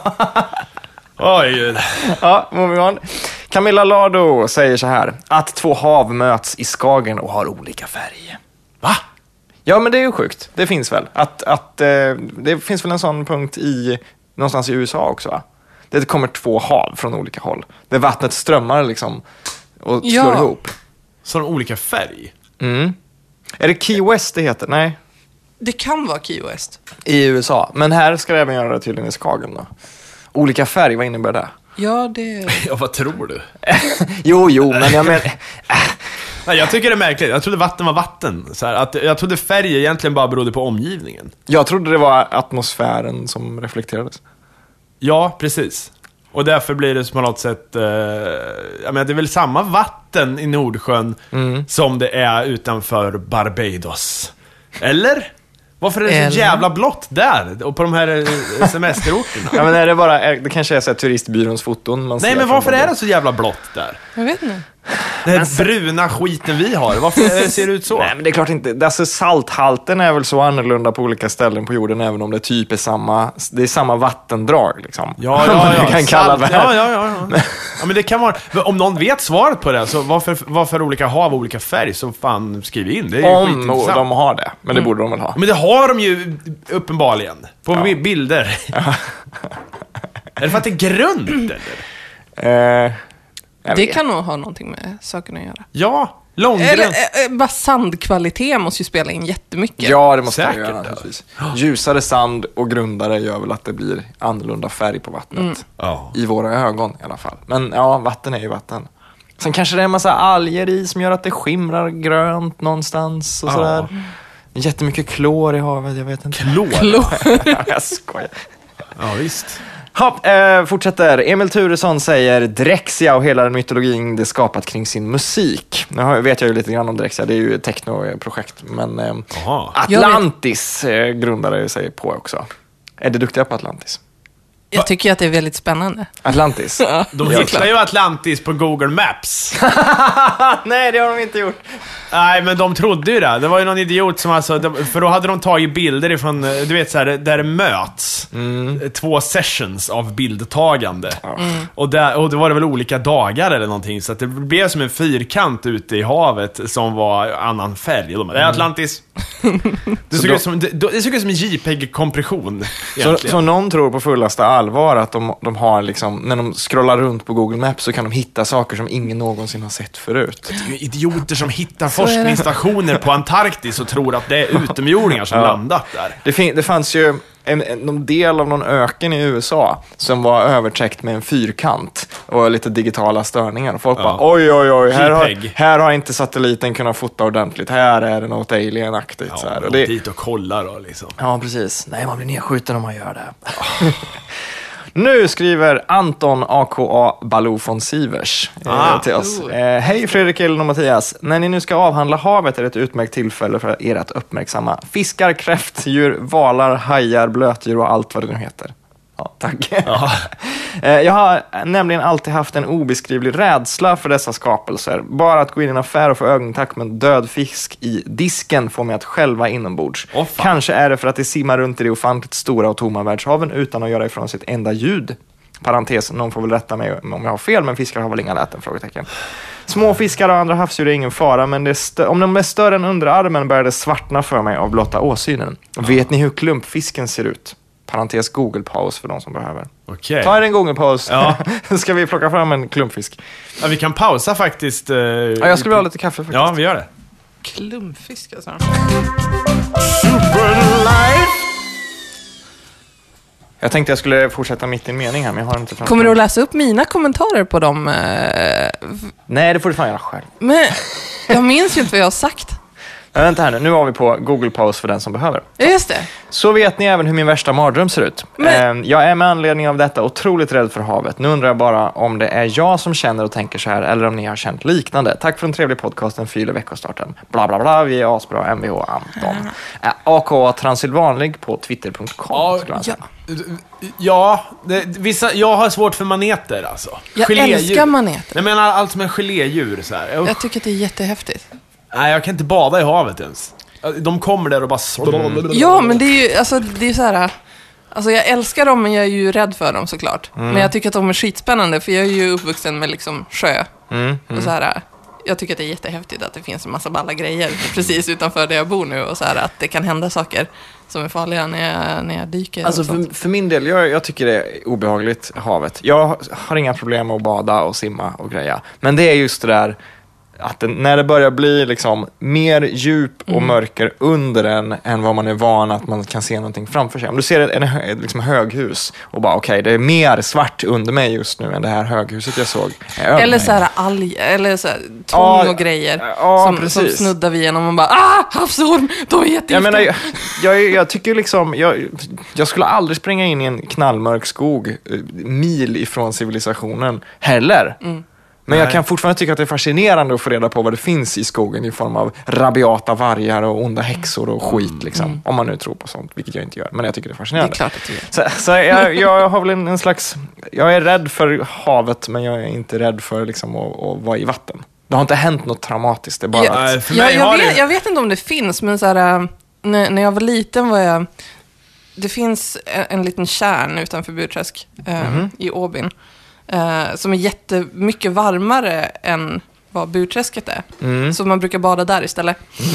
Oj, gud. Ja, moving on. Camilla Lardo säger så här: att två hav möts i Skagen och har olika färg. Va? Ja, men det är ju sjukt. Det finns väl. Att, att, eh, det finns väl en sån punkt i, någonstans i U S A också, va? Det kommer två hav från olika håll. Där vattnet strömmar liksom och Ja. slår ihop. Så de olika färg? Mm. Är det Key West det heter? Nej. Det kan vara Key West. I U S A. Men här ska det även göra det tydligen i Skagen då. Olika färg, vad innebär det? Ja, det... Ja, vad tror du? Jo, jo, men jag menar... Nej, jag tycker det är märkligt. Jag trodde vatten var vatten. Så här, att, jag trodde färg egentligen bara berodde på omgivningen. Jag trodde det var atmosfären som reflekterades. Ja, precis. Och därför blir det på något sätt... Eh, jag menar, det är väl samma vatten i Nordsjön Mm. som det är utanför Barbados. Eller? Varför är det Eller? så jävla blått där? Och på de här eh, semesterorterna? Ja, men är det bara... är- Det kanske är så här turistbyråns foton man ser Nej, men från varför är Barbados. det så jävla blått där? Jag vet inte. Den här bruna skiten vi har. Varför eh, ser det ut så? Nej, men det är klart inte. Alltså, salthalten är väl så annorlunda på olika ställen på jorden, även om det typ är samma, det är samma vattendrag liksom. Ja, Om ja, man ja. kan kalla det. ja, ja, ja, ja. Ja, men det kan vara... Om någon vet svaret på det, så varför, varför olika hav och olika färg, så fan skriv in. Det är ju Om skitintressant. de har det, men det borde de väl ha. Men det har de ju uppenbarligen. På Ja. bi- bilder. Är det för att det är grunt, eller? Eh, jag Det vet. kan nog ha någonting med saken att göra. Ja, långgrunt. Eller eh, eh, bara sandkvalitet måste ju spela in jättemycket. Ja, det måste Säkert, jag göra ja. naturligtvis. Ljusare sand och grundare gör väl att det blir annorlunda färg på vattnet. Ja. I våra ögon i alla fall. Men ja, vatten är ju vatten. Sen kanske det är en massa alger i som gör att det skimrar grönt någonstans och Ja. sådär. Jättemycket klor i havet, jag vet inte. Klor. Jag skojar. Ja, visst. Hopp, eh, fortsätter. Emil Turesson säger Drexia och hela den mytologin det skapat kring sin musik. Nu har- vet jag ju lite grann om Drexia, det är ju ett technoprojekt. Men eh, Jaha. Atlantis eh, grundade sig på också. Är du duktiga på Atlantis? Jag tycker att det är väldigt spännande. Atlantis? De Ja, hittar ju Atlantis på Google Maps. Nej, det har de inte gjort. Nej, men de trodde ju det. Det var ju någon idiot som alltså... de- För då hade de tagit bilder ifrån, du vet så här, där det möts. Två sessions av bildtagande. Och, där, och det var det väl olika dagar eller någonting. Så att det blev som en fyrkant ute i havet som var annan färg. Och de bara, det är Atlantis. Det såg, då- ut som, det, det såg ut som en JPEG-kompression Så, egentligen. så någon tror på fullaste allvar att de, de har liksom, när de scrollar runt på Google Maps så kan de hitta saker som ingen någonsin har sett förut. Det är ju idioter som hittar är det. forskningsstationer på Antarktis och tror att det är utomjordingar som Ja. landat där. Det, fin- det fanns ju en, en, någon del av någon öken i U S A som var övertäckt med en fyrkant och lite digitala störningar. Och folk Ja. bara, oj, oj, oj, här har, JPEG. här har inte satelliten kunnat fota ordentligt. Här är det något alienaktigt. så här. Ja, Och och det, dit och kolla då liksom. ja, precis. Nej, man blir nedskjuten om man gör det. Nu skriver Anton A K A Baloo von Sivers eh, Ah. till oss. Eh, Hej Fredrik, Elin och Mattias. När ni nu ska avhandla havet är det ett utmärkt tillfälle för er att uppmärksamma fiskar, kräftdjur, valar, hajar, blötdjur och allt vad det nu heter. Ja, tack. Ja. Eh, Jag har nämligen alltid haft en obeskrivlig rädsla för dessa skapelser. Bara att gå in i en affär och få ögonkontakt med en död fisk i disken får mig att själva inombords. Åh, fan. Kanske är det för att det simmar runt i de ofantligt stora och tomma världshaven utan att göra ifrån sitt enda ljud. Parentes, någon får väl rätta mig om jag har fel, men fiskar har väl inga läten? Frågetecken. Små fiskar och andra havsdjur är ingen fara, men det är stö- om de är större än underarmen börjar det svartna för mig av blotta åsynen. Vet ni hur klumpfisken ser ut? Parentes Google-paus för de som behöver. Okej. Ta er en Google-paus. Ja. Ska vi plocka fram en klumpfisk? Ja, vi kan pausa faktiskt. Eh, Ja, jag skulle vilja ha lite kaffe faktiskt. Ja, vi gör det. Klumpfisk alltså. Jag tänkte jag skulle fortsätta mitt i en mening här, men jag har inte fram. Kommer du att läsa upp mina kommentarer på dem? eh, Nej, det får du fan göra själv. Men jag minns ju inte vad jag har sagt. Men vänta här nu, nu var vi på Google Pause för den som behöver. Ja, just det. Så vet ni även hur min värsta mardröm ser ut. Men... Jag är med anledning av detta otroligt rädd för havet. Nu undrar jag bara om det är jag som känner och tänker så här eller om ni har känt liknande. Tack för en trevlig podcast, en fyra veckostarten. Bla bla bla, vi är asbra, M V H Anton. Äh, A K A Transylvanlig på twitter punkt com. Ja, ja. Ja, det, vissa, jag har svårt för maneter alltså. Jag Gelédjur. älskar maneter. Jag menar allt som är gelédjur så här. Jag tycker att det är jättehäftigt. Nej, jag kan inte bada i havet ens. De kommer där och bara... Mm. Ja, men det är ju alltså, det är så här... Alltså jag älskar dem, men jag är ju rädd för dem såklart. Mm. Men jag tycker att de är skitspännande, för jag är ju uppvuxen med liksom sjö. Mm. Mm. Och så här... Jag tycker att det är jättehäftigt att det finns en massa balla grejer precis utanför där jag bor nu. Och så här, att det kan hända saker som är farliga när jag, när jag dyker. Alltså för, för min del, jag, jag tycker det är obehagligt, havet. Jag har inga problem med att bada och simma och greja. Men det är just det där att det, när det börjar bli liksom mer djup och mm. mörker under en än vad man är van att man kan se någonting framför sig. Om du ser ett, ett liksom höghus och bara okej, okay, det är mer svart under mig just nu än det här höghuset jag såg. Eller så här alg, eller så här tång ja, och grejer ja, som, som snuddar vi igenom och bara ah, havsorm, de är jättegiftiga. Jag menar, jag, jag, jag tycker liksom jag, jag skulle aldrig springa in i en knallmörk skog mil ifrån civilisationen heller. Mm. Men jag kan fortfarande tycka att det är fascinerande att få reda på vad det finns i skogen i form av rabiata vargar och onda häxor och skit liksom. Mm. Om man nu tror på sånt, vilket jag inte gör. Men jag tycker det är fascinerande. Det är klart att du gör. Så, så jag, jag har väl en, en slags... Jag är rädd för havet, men jag är inte rädd för liksom, att, att vara i vatten. Det har inte hänt något traumatiskt. Det är bara ja, att... för mig jag, jag, vet, jag vet inte om det finns, men så här, när, när jag var liten var jag... Det finns en, en liten kärn utanför Burträsk eh, mm-hmm. i Åbyn. Uh, som är jättemycket varmare än vad Burträsket är. Mm. Så man brukar bada där istället.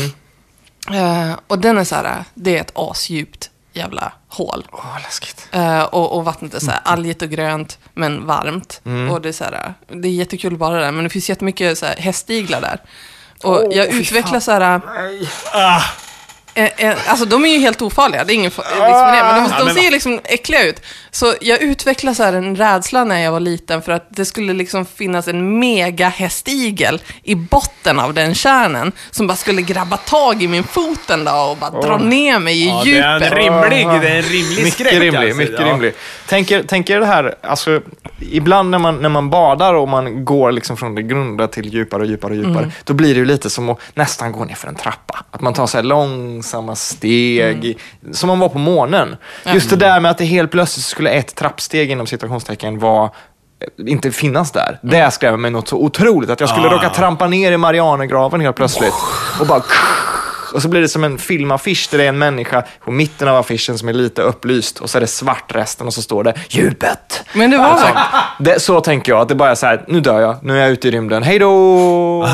Mm. Uh, och den är så här, det är ett asdjupt jävla hål. Åh, oh, läskigt. Uh, och, och vattnet är så här algigt och grönt, men varmt. Mm. Och det är så här, det är jättekul att bada där, men det finns jättemycket så här hästiglar där. Och oh, jag utvecklar så här... Ah. Eh, eh, alltså de är ju helt ofarliga. Det är ingen liksom det, men de, de ser liksom äckliga ut. Så jag utvecklade så här en rädsla när jag var liten för att det skulle liksom finnas en mega hästigel i botten av den kärnen som bara skulle grabba tag i min foten då och bara oh. dra ner mig i ja, djupet. Det är en rimlig, det är en rimlig mycket skräck. Rimlig, alltså. Mycket ja. rimlig. Tänker, tänker det här, alltså ibland när man, när man badar och man går liksom från det grunda till djupare och djupare och djupare, mm. då blir det ju lite som att nästan gå ner för en trappa. Att man tar så här långsamma steg, mm. som man var på månen. Mm. Just det där med att det helt plötsligt skulle ett trappsteg inom citationstecken vara inte finnas där. Mm. Det skrev mig något så otroligt att jag skulle ah. råka trampa ner i Marianergraven helt plötsligt och bara och så blir det som en filmaffisch där det är en människa på mitten av affischen som är lite upplyst och så är det svart resten och så står det djupet. Men det var alltså, det, så tänker jag att det bara är så här, nu dör jag, nu är jag ute i rymden. Hej då!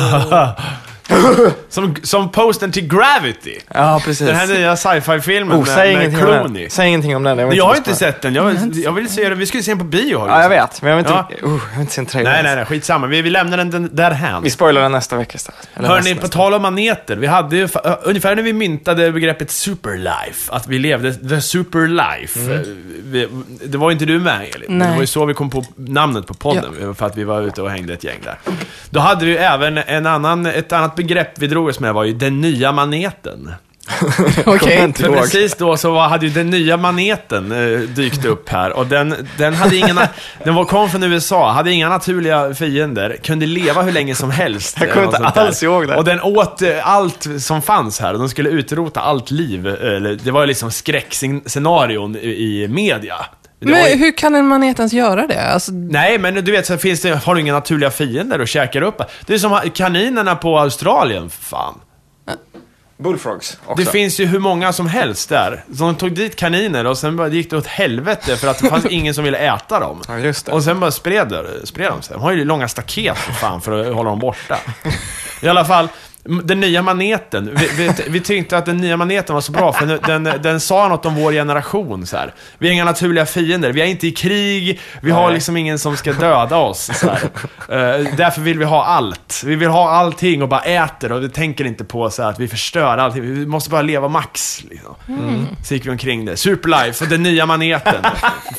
som, som posten till Gravity. Ja, precis. Den här nya sci-fi-filmen oh, med, med Clooney. Säg ingenting om den. Jag, jag har inte sett den. Jag vill, jag vill se den. Vi skulle se den på bio. Ja, jag vet. Men jag vill inte, ja. uh, jag vill inte se en trailer. Nej, nej, nej. Skitsamma. Vi, vi lämnar den där här. Vi spoilar den nästa vecka istället. Hör ni, på tal om maneter. Vi hade ju, uh, ungefär när vi myntade begreppet superlife. Att vi levde the superlife. Mm. Vi, det var inte du med, Elin. Men det var ju så vi kom på namnet på podden. Ja. För att vi var ute och hängde ett gäng där. Då hade vi även en annan, ett annat begrepp vi drog oss med var ju den nya maneten. Okej. Okay. Precis då så var, hade ju den nya maneten eh, dykt upp här. Och den, den hade inga, den var, kom från U S A, hade inga naturliga fiender, kunde leva hur länge som helst. Jag kommer inte alls ihåg det. Och den åt eh, allt som fanns här. Och de skulle utrota allt liv. Eller, det var ju liksom skräckscenarion i, i media. Det men ju... hur kan en manet ens göra det? Alltså... Nej, men du vet så finns det, har du inga naturliga fiender och käkar upp. Det är som kaninerna på Australien, fan. Bullfrogs också. Det finns ju hur många som helst där. Så de tog dit kaniner och sen bara gick det åt helvete för att det fanns ingen som ville äta dem. Ja, just det. Och sen bara spred, spred de sig. De har ju långa staket för fan för att hålla dem borta. I alla fall, den nya maneten. Vi, vi, vi tyckte att den nya maneten var så bra för den, den, den sa något om vår generation så här. Vi har inga naturliga fiender, vi är inte i krig, vi har liksom ingen som ska döda oss så här. Uh, därför vill vi ha allt. Vi vill ha allting och bara äter och vi tänker inte på så här, att vi förstör allting. Vi måste bara leva max liksom. Mm. Så gick vi omkring det. Superlife och den nya maneten.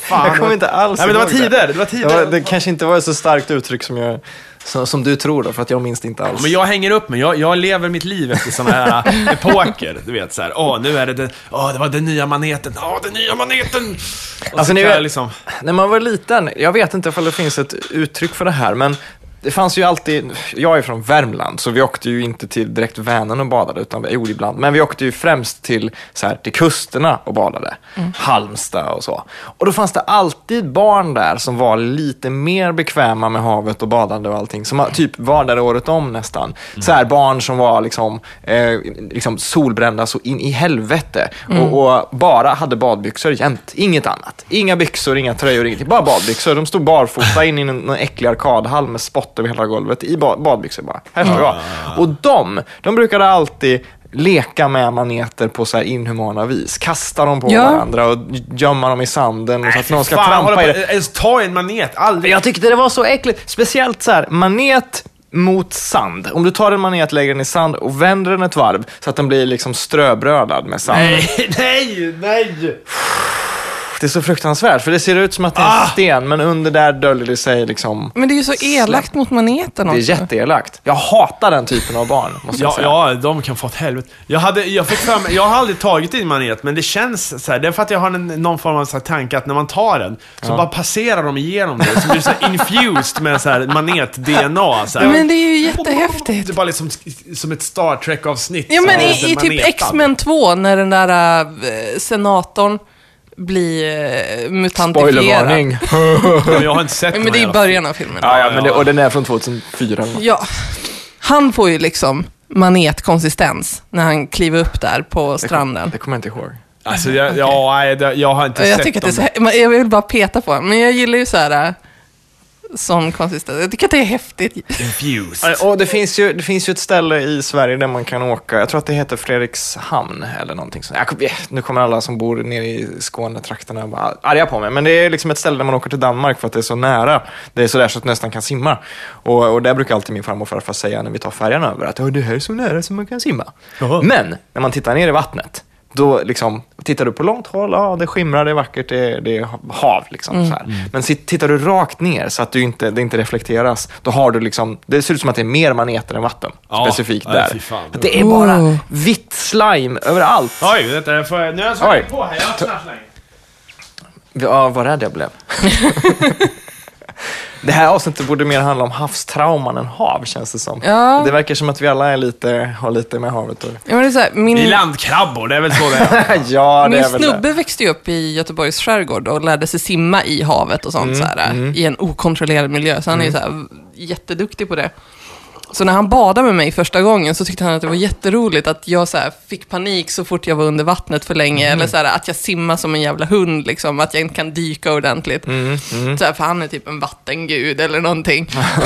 fan. Jag kommer inte alls Nej, men det var ihåg tider. Det var tider. Det, var, det kanske inte var ett så starkt uttryck som jag... Så, som du tror då, för att jag minns det inte alls. Men jag hänger upp mig, jag, jag lever mitt liv efter såna här epoker. Du vet så här, åh nu är det den, åh det var den nya maneten, åh den nya maneten. Och Alltså, ni kan jag vet, liksom... när man var liten, jag vet inte om det finns ett uttryck för det här, men det fanns ju alltid, jag är från Värmland, så vi åkte ju inte till direkt Vänern och badade, utan vi gjorde ibland, men vi åkte ju främst till, så här, till kusterna och badade, mm. Halmstad och så. Och då fanns det alltid barn där som var lite mer bekväma med havet och badande och allting, som typ var där året om nästan. Mm. Så här, barn som var liksom, eh, liksom solbrända så in i helvete, mm. och, och bara hade badbyxor jämt, inget annat. Inga byxor, inga tröjor, ingenting, bara badbyxor. De stod barfota in i en, en äcklig arkadhall med spott över hela golvet i bad- badbyxor bara. Här står jag. Och de, de brukade alltid leka med maneter på så här inhumana vis. Kasta dem på ja. varandra och gömma dem i sanden. Nej, så att någon ska fan, trampa i det. Ta en manet, aldrig. Jag tyckte det var så äckligt. Speciellt så här, manet mot sand. Om du tar en manet, lägger den i sand och vänder den ett varv så att den blir liksom ströbrödad med sand. Nej, nej, nej. Det är så fruktansvärt, för det ser ut som att det är en ah! sten, men under där döljer det sig liksom... Men det är ju så elakt släpp. Mot maneten också. Det är jätteelakt. Jag hatar den typen av barn, måste ja, jag säga. Ja, de kan få ett helvete. Jag, hade, jag, fick fram, jag har aldrig tagit in manet, men det känns så här, det är för att jag har en, någon form av så här tanke att när man tar den, så ja. bara passerar de igenom det. Så blir det så här infused med så här manet-D N A. Så här. Men det är ju jättehäftigt. Det är bara liksom som ett Star Trek-avsnitt. Ja, men i, i typ X-Men två, när den där äh, senatorn blir uh, mutantifierad. Spoilervarning. Jag har inte sett men det är i början av filmen. Ja, ja, men det, och den är från tjugohundrafyra. Eller något. Ja. Han får ju liksom manetkonsistens när han kliver upp där på stranden. Det, det kommer jag inte ihåg. Alltså, jag, ja, jag, jag har inte jag sett tycker att det är så, jag vill bara peta på honom. Men jag gillar ju så här... sån konsistens. Jag tycker att det är häftigt. Infused. Och det finns ju det finns ju ett ställe i Sverige där man kan åka. Jag tror att det heter Fredrikshamn eller någonting sånt. Jag, nu kommer alla som bor nere i Skånetrakterna bara arga på mig. Men det är liksom ett ställe där man åker till Danmark för att det är så nära. Det är så där så att nästan kan simma. Och, och där brukar alltid min farmor och farfar säga när vi tar färjan över att det här är så nära som man kan simma. Jaha. Men när man tittar ner i vattnet, då liksom, tittar du på långt håll, ja, det skimrar, det är vackert, det, det är hav liksom, mm. så här. Men tittar du rakt ner så att du inte, det inte reflekteras, då har du liksom, det ser ut som att det är mer maneter än vatten, ja, specifikt ja, där. Fan, det, det är bara oh. vitt slime överallt. Oj, vänta, får jag, nu har jag slagit på här, jag har snart Ja, vad rädd jag blev. Det här avsnittet borde mer handla om havstrauman än hav, känns det som. Ja. Det verkar som att vi alla är lite, har lite med havet. Och... Ja, men det är så här, min... I landkrabbor, det är väl så det är. Ja, det min är väl snubbe det. växte ju upp i Göteborgs skärgård och lärde sig simma i havet och sånt mm, så här, mm. i en okontrollerad miljö. Så han mm. är ju så här, jätteduktig på det. Så när han badade med mig första gången så tyckte han att det var jätteroligt att jag så här fick panik så fort jag var under vattnet för länge. Mm. Eller så här, att jag simmar som en jävla hund, liksom, att jag inte kan dyka ordentligt. Mm. Mm. Så här, för han är typ en vattengud eller någonting.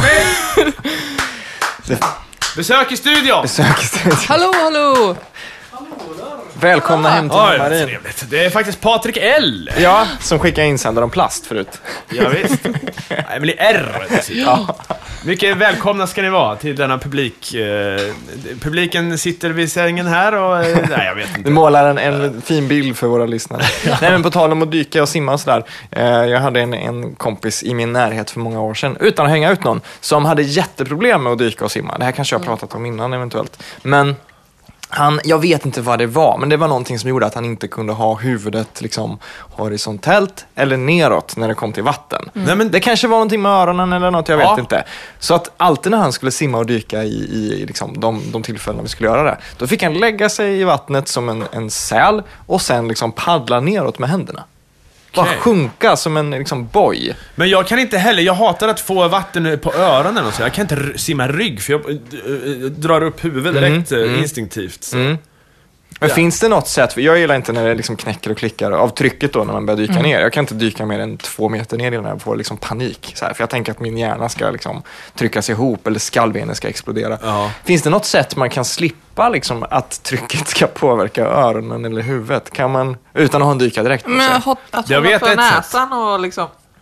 Besök i studion! Besök i studion. Hallå, hallå! Välkomna hem till Oj, Marin. Trevligt. Det är faktiskt Patrik L. Ja, som skickar insändare om plast förut. Ja, visst. Emily R. Ja. Mycket välkomna ska ni vara till denna publik. Publiken sitter vid sängen här och... Nej, jag vet inte. Du målar en, en fin bild för våra lyssnare. Nej, men på tal om att dyka och simma och sådär. Jag hade en, en kompis i min närhet för många år sedan, utan att hänga ut någon, som hade jätteproblem med att dyka och simma. Det här kanske jag har pratat om innan eventuellt. Men... Han, jag vet inte vad det var, men det var någonting som gjorde att han inte kunde ha huvudet liksom horisontellt eller neråt när det kom till vatten. Mm. Nej, men det kanske var någonting med öronen eller något, jag vet ja. inte. Så att alltid när han skulle simma och dyka i, i liksom de, de tillfällen vi skulle göra det, då fick han lägga sig i vattnet som en, en säl och sen liksom paddla neråt med händerna. Bara okay. sjunka som en liksom boj. Men jag kan inte heller, jag hatar att få vatten på öronen och så. Jag kan inte simma rygg för jag äh, drar upp huvudet direkt mm, mm. instinktivt. Så. Mm. Men ja. finns det något sätt, för jag gillar inte när det liksom knäcker och klickar av trycket då när man börjar dyka mm. ner. Jag kan inte dyka mer än två meter ner innan jag får liksom panik. Så här, för jag tänker att min hjärna ska liksom tryckas ihop eller skallbenen ska explodera. Ja. Finns det något sätt man kan slippa liksom att trycket ska påverka öronen eller huvudet? Kan man, utan att ha en dyka direkt? Men att hålla för näsan och liksom...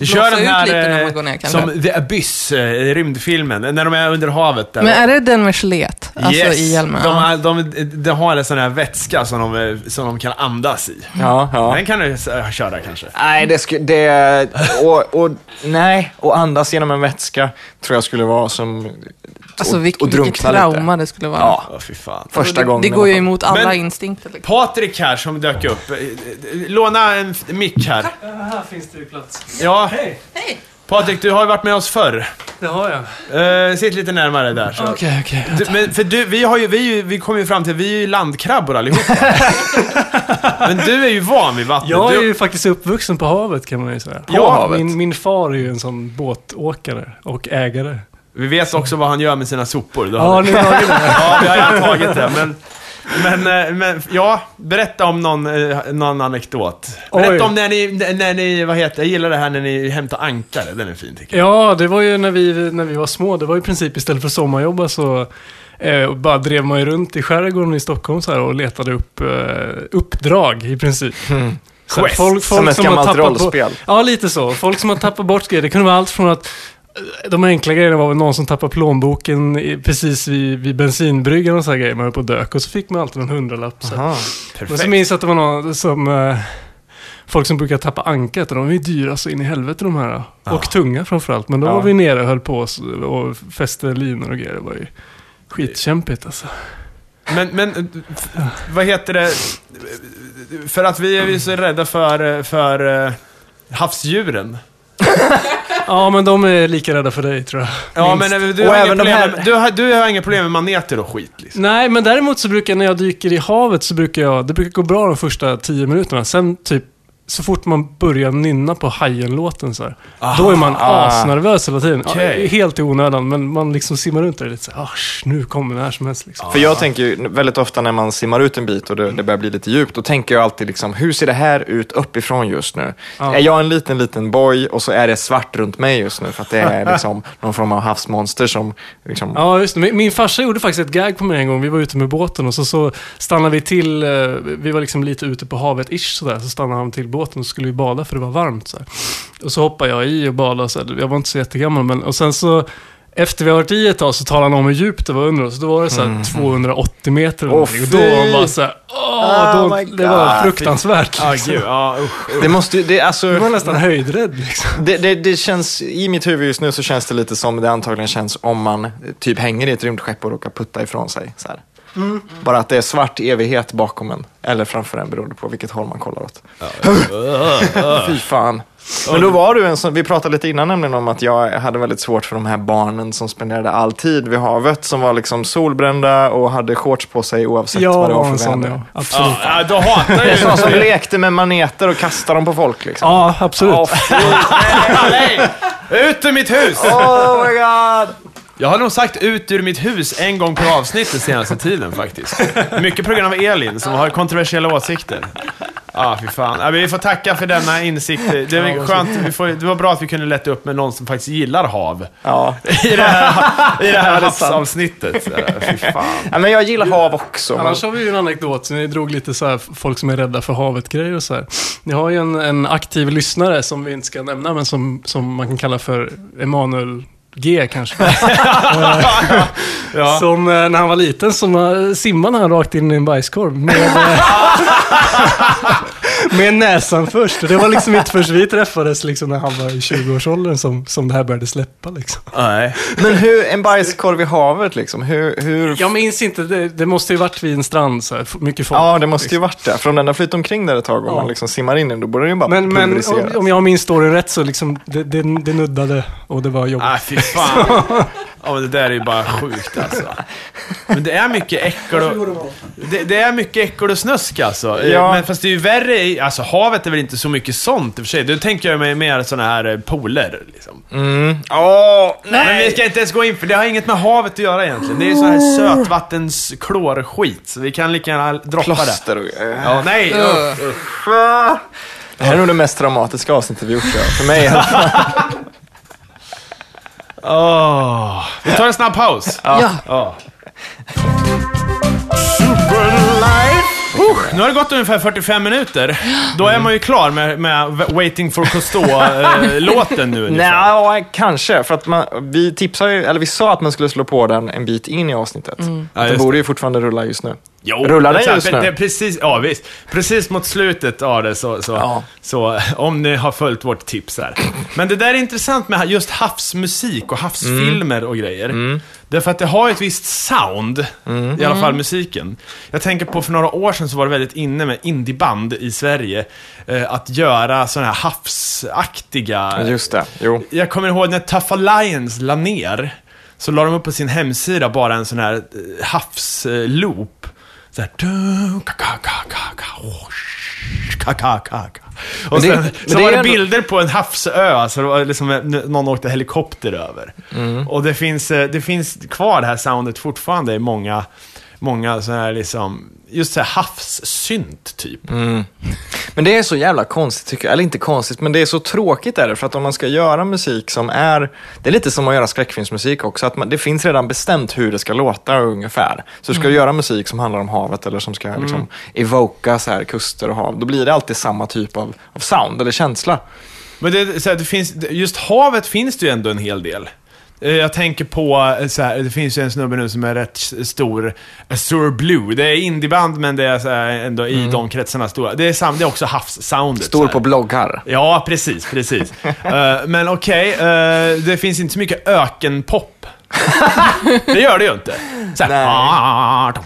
Kör blåsa den ut här, lite när eh, man går ner kanske. som The Abyss, eh, rymdfilmen, när de är under havet där. Men är det den med gelet? Alltså yes. i hjälmen? De, Ja. har- de, de har en sån här vätska som de, som de kan andas i. Ja, ja. Den kan du äh, köra kanske. Nej, det skulle... Det, och, och, nej, och andas genom en vätska tror jag skulle vara som... Alltså och, vilk, och vilket drunkna trauma lite. det skulle vara. Ja, Åh, fy fan. första det, gången. det i går alla ju fall. emot alla Men- instinkter. Liksom. Patrik här som dök upp. Eh, Låna en f- mick här. Här finns det ju plats. Ja, Hej, Patrik, du har ju varit med oss förr. det har jag. Uh, sitt lite närmare där. Så. Okej, okej. Du, men för du, vi, har ju, vi, är ju, vi kom ju fram till att vi är ju landkrabbor allihopa. Men du är ju van vid vattnet. Jag är du, ju faktiskt uppvuxen på havet kan man ju säga. På havet? Min, min far är ju en sån båtåkare och ägare. vi vet också vad han gör med sina sopor. Då Ja, har nu vi, har vi det. ja, vi har redan tagit det. Men, men, eh, men ja, berätta om någon, eh, någon anekdot. Berätta Oj. om när ni, när ni, vad heter jag gillar det här när ni hämtar ankare. Den är fin tycker jag. Ja, det var ju när vi, när vi var små. Det var i princip istället för sommarjobba så eh, bara drev man ju runt i skärgården i Stockholm så här och letade upp eh, uppdrag i princip. Mm. Så här, Quest, folk, som folk ett som har gammalt tappat rollspel. På, ja, lite så. Folk som har tappat bort grejer. Det kunde vara allt från att eh, de enkla grejerna var väl någon som tappade plånboken i, precis vid, vid bensinbryggan och så här grejer. Man var på dök och så fick man alltid en hundralapp. Så. Aha. Men så Perfekt. minns jag att det var någon som... Eh, folk som brukar tappa ankat, och de är ju dyra så in i helvete de här. Ja. Och tunga framförallt. Men då Ja. var vi nere och höll på oss och fäste linor och grejer. Det var ju skitkämpigt alltså. Men, men f- vad heter det? För att vi är ju så rädda för, för eh, havsdjuren. Ja, men de är lika rädda för dig tror jag. Ja, Minst. men du Och har, inga även de problem, här- med, du, har, du har inga problem med maneter och skit liksom. Nej, men däremot så brukar jag när jag dyker i havet så brukar jag, det brukar gå bra de första tio minuterna. Sen typ, så fort man börjar nynna på Hajen-låten så här, då är man ah. asnervös hela tiden. Okej. Ja, helt i onödan, men man liksom simmar runt där lite så här, "Asch, nu kommer det här som helst liksom." För jag tänker ju väldigt ofta när man simmar ut en bit och det, det börjar bli lite djupt, då tänker jag alltid liksom, hur ser det här ut uppifrån just nu? Ja. Är jag en liten, liten boy och så är det svart runt mig just nu för att det är liksom någon form av havsmonster som liksom... Ja, just det. Min, min farsa gjorde faktiskt ett gag på mig en gång. Vi var ute med båten och så, så stannade vi till, eh, vi var liksom lite ute på havet ish sådär, så stannade han till båten och skulle vi bada för det var varmt så här. Och så hoppade jag i och badade så här. Jag var inte så jättegammal, men och sen så efter vi har varit i ett tag så talade han om hur djupt det var under oss. Då var det så här Mm. tvåhundraåttio meter eller Åh, någonting. Och då var man fy! bara så här, åh, Oh då, my det var God. fruktansvärt. Ja, Liksom. gud. Ja, usch, usch. Det måste ju, det, alltså, Jag var nästan höjdrädd liksom. det, det, det känns, i mitt huvud just nu så känns det lite som det antagligen känns om man typ hänger i ett rymdskepp och råkar putta ifrån sig. Så här. Mm. Bara att det är svart evighet bakom en, eller framför en beroende på vilket håll man kollar åt. Fy fan. Men då var du en sån, vi pratade lite innan nämligen om att jag hade väldigt svårt för de här barnen som spenderade all tid vid havet, som var liksom solbrända och hade shorts på sig oavsett Jag vad det var var för en sån, väder. ja. Absolut. Ja, ja, då hatar Det är sådana som jag ju. lekte med maneter och kastade dem på folk liksom. Ja, absolut. Åh, Nej, ut ur mitt hus! oh my god! Jag har nog sagt ut ur mitt hus en gång per avsnitt den senaste tiden faktiskt. Mycket på grund av Elin som har kontroversiella åsikter. Ja, ah, fy fan. Ja, vi får tacka för denna insikt. Det är skönt. Vi får, det var bra att vi kunde lätta upp med någon som faktiskt gillar hav. Ja. I det här, i det här havsavsnittet. Så, fy fan. Ja, men jag gillar hav också. Men... Annars har vi ju en anekdot, så ni drog lite så här folk som är rädda för havet-grejer och så här. Ni har ju en, en aktiv lyssnare som vi inte ska nämna, men som, som man kan kalla för Emanuel G kanske. Ja. Som eh, när han var liten som uh, simmade han rakt in i en bajskorv med, eh, med näsan först. Och det var liksom inte först vi träffades liksom, när han var i tjugo-årsåldern som, som det här började släppa liksom. Nej. Men hur, en bajskorv i havet liksom, hur... hur... Jag minns inte, det, det måste ju varit vid en strand så här, f- mycket folk. Ja, det måste ju varit det. För om den har flytt omkring där ett tag och Ja. man liksom simmar in i den, då borde den ju bara Men, men pulveriseras. om, om jag minns storyn rätt så liksom, det, det, det nuddade och det var jobbigt. Ah, fy fan. Ja, men det där är ju bara sjukt alltså. Men det är mycket äckel och... Det, det är mycket äckel och snusk alltså. Ja. Men fast det är ju värre i... Alltså havet är väl inte så mycket sånt i och för sig. Då tänker jag mig mer såna här eh, pooler liksom. Mm. Åh, nej! Men vi ska inte ens gå in för det har inget med havet att göra egentligen. Det är ju så här sötvattens klorskit. Så vi kan lika gärna droppa det. Kloster och... Ja, nej. Uh. usch, usch. Det här är nog det mest traumatiska avsnittet vi gjort, tror jag. För mig. Åh. Vi tar en snabb paus. Ja. Ja. Superlife! Uh, nu har det gått ungefär fyrtiofem minuter. Då är man ju klar med, med Waiting for Cousteau-låten nu ungefär. Nej, kanske. För att man, vi tipsade ju, eller vi sa att man skulle slå på den en bit in i avsnittet. Mm. Ja, den borde ju fortfarande rulla just nu. Jo, rullar den just nu? Det är precis, ja, visst. Precis mot slutet av det så, så, ja. så om ni har följt vårt tips här. Men det där är intressant med just havsmusik och havsfilmer mm. och grejer. Mm. Därför att det har ett visst sound, mm. i alla fall musiken. Jag tänker på för några år sedan så var det väldigt inne med indieband i Sverige. Eh, att göra sådana här havsaktiga... Just det, jo. Jag kommer ihåg när Tough Alliance la ner, så la de upp på sin hemsida bara en sån här havsloop. Så här... Och sen det, så var det bilder på en havsö, så det var liksom någon åkte helikopter över. Mm. Och det finns, det finns kvar det här soundet fortfarande i många, många så här liksom, just så här havssynt typ. Mm. Men det är så jävla konstigt tycker jag, eller inte konstigt, men det är så tråkigt är det, för att om man ska göra musik som är, det är lite som att göra skräckfilmsmusik också, att man, det finns redan bestämt hur det ska låta ungefär. Så ska mm. du göra musik som handlar om havet eller som ska mm. liksom evoka så här kuster och hav, då blir det alltid samma typ av, av sound eller känsla. Men det, så här, det finns, just havet finns det ju ändå en hel del. Jag tänker på så här, det finns ju en snubbe nu som är rätt stor, Azure Blue. Det är indieband, men det är så här, ändå i mm. de kretsarna stora. Det är, sam, det är också havssoundet. Stor på bloggar. Ja, precis, precis. uh, men okej, okay, uh, det finns inte så mycket ökenpop. Det gör det ju inte. Så här,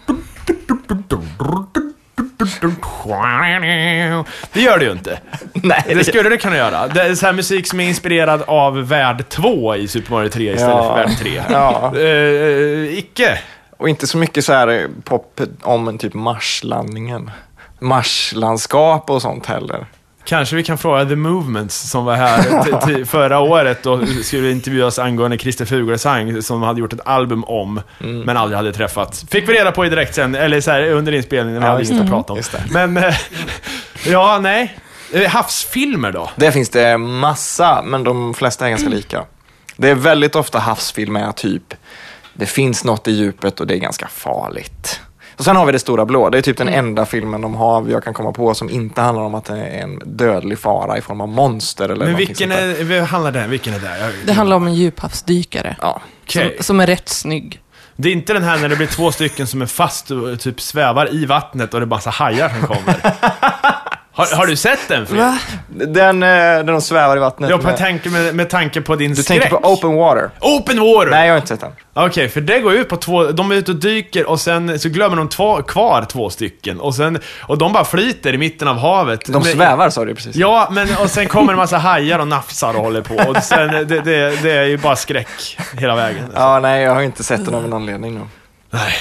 det gör det ju inte. Nej. Det skulle det kunna göra. Det är så här musik som är inspirerad av värld två i Super Mario tre istället ja. för värld tre. Ja. Uh, icke. Och inte så mycket så här pop om en typ Marslandningen. Marslandskap och sånt heller. Kanske vi kan fråga The Movements som var här t- t- förra året och skulle intervjuas angående Christer Fuglesang som hade gjort ett album om mm. men aldrig hade träffat. Fick vi reda på i direkt sen, eller så här, under inspelningen, ja, hade inget att prata om. Men äh, ja, nej. Havsfilmer då? Det finns det massa, men de flesta är ganska lika. Det är väldigt ofta havsfilmer typ det finns något i djupet och det är ganska farligt. Och sen har vi Det stora blå. Det är typ den enda filmen de har jag kan komma på som inte handlar om att det är en dödlig fara i form av monster eller men vilken är, handlar det? Vilken är det? Jag, det handlar om en djuphavsdykare. Ja. Okay. Som, som är rätt snygg. Det är inte den här när det blir två stycken som är fast och typ svävar i vattnet och det är bara så hajar som kommer. Har, har du sett den filmen? Den, den de svävar i vattnet. Ja, med, tanke, med, med tanke på din du skräck. Du tänker på Open Water. Open Water! Nej, jag har inte sett den. Okej, okay, för det går ut på två. De är ute och dyker och sen så glömmer de två, kvar två stycken. Och, sen, och de bara flyter i mitten av havet. De svävar, sa du precis. Ja, men och sen kommer en massa hajar och nafsar och håller på. Och sen, det, det, det är ju bara skräck hela vägen. Alltså. Ja, nej, jag har inte sett den av en anledning nu. Nej.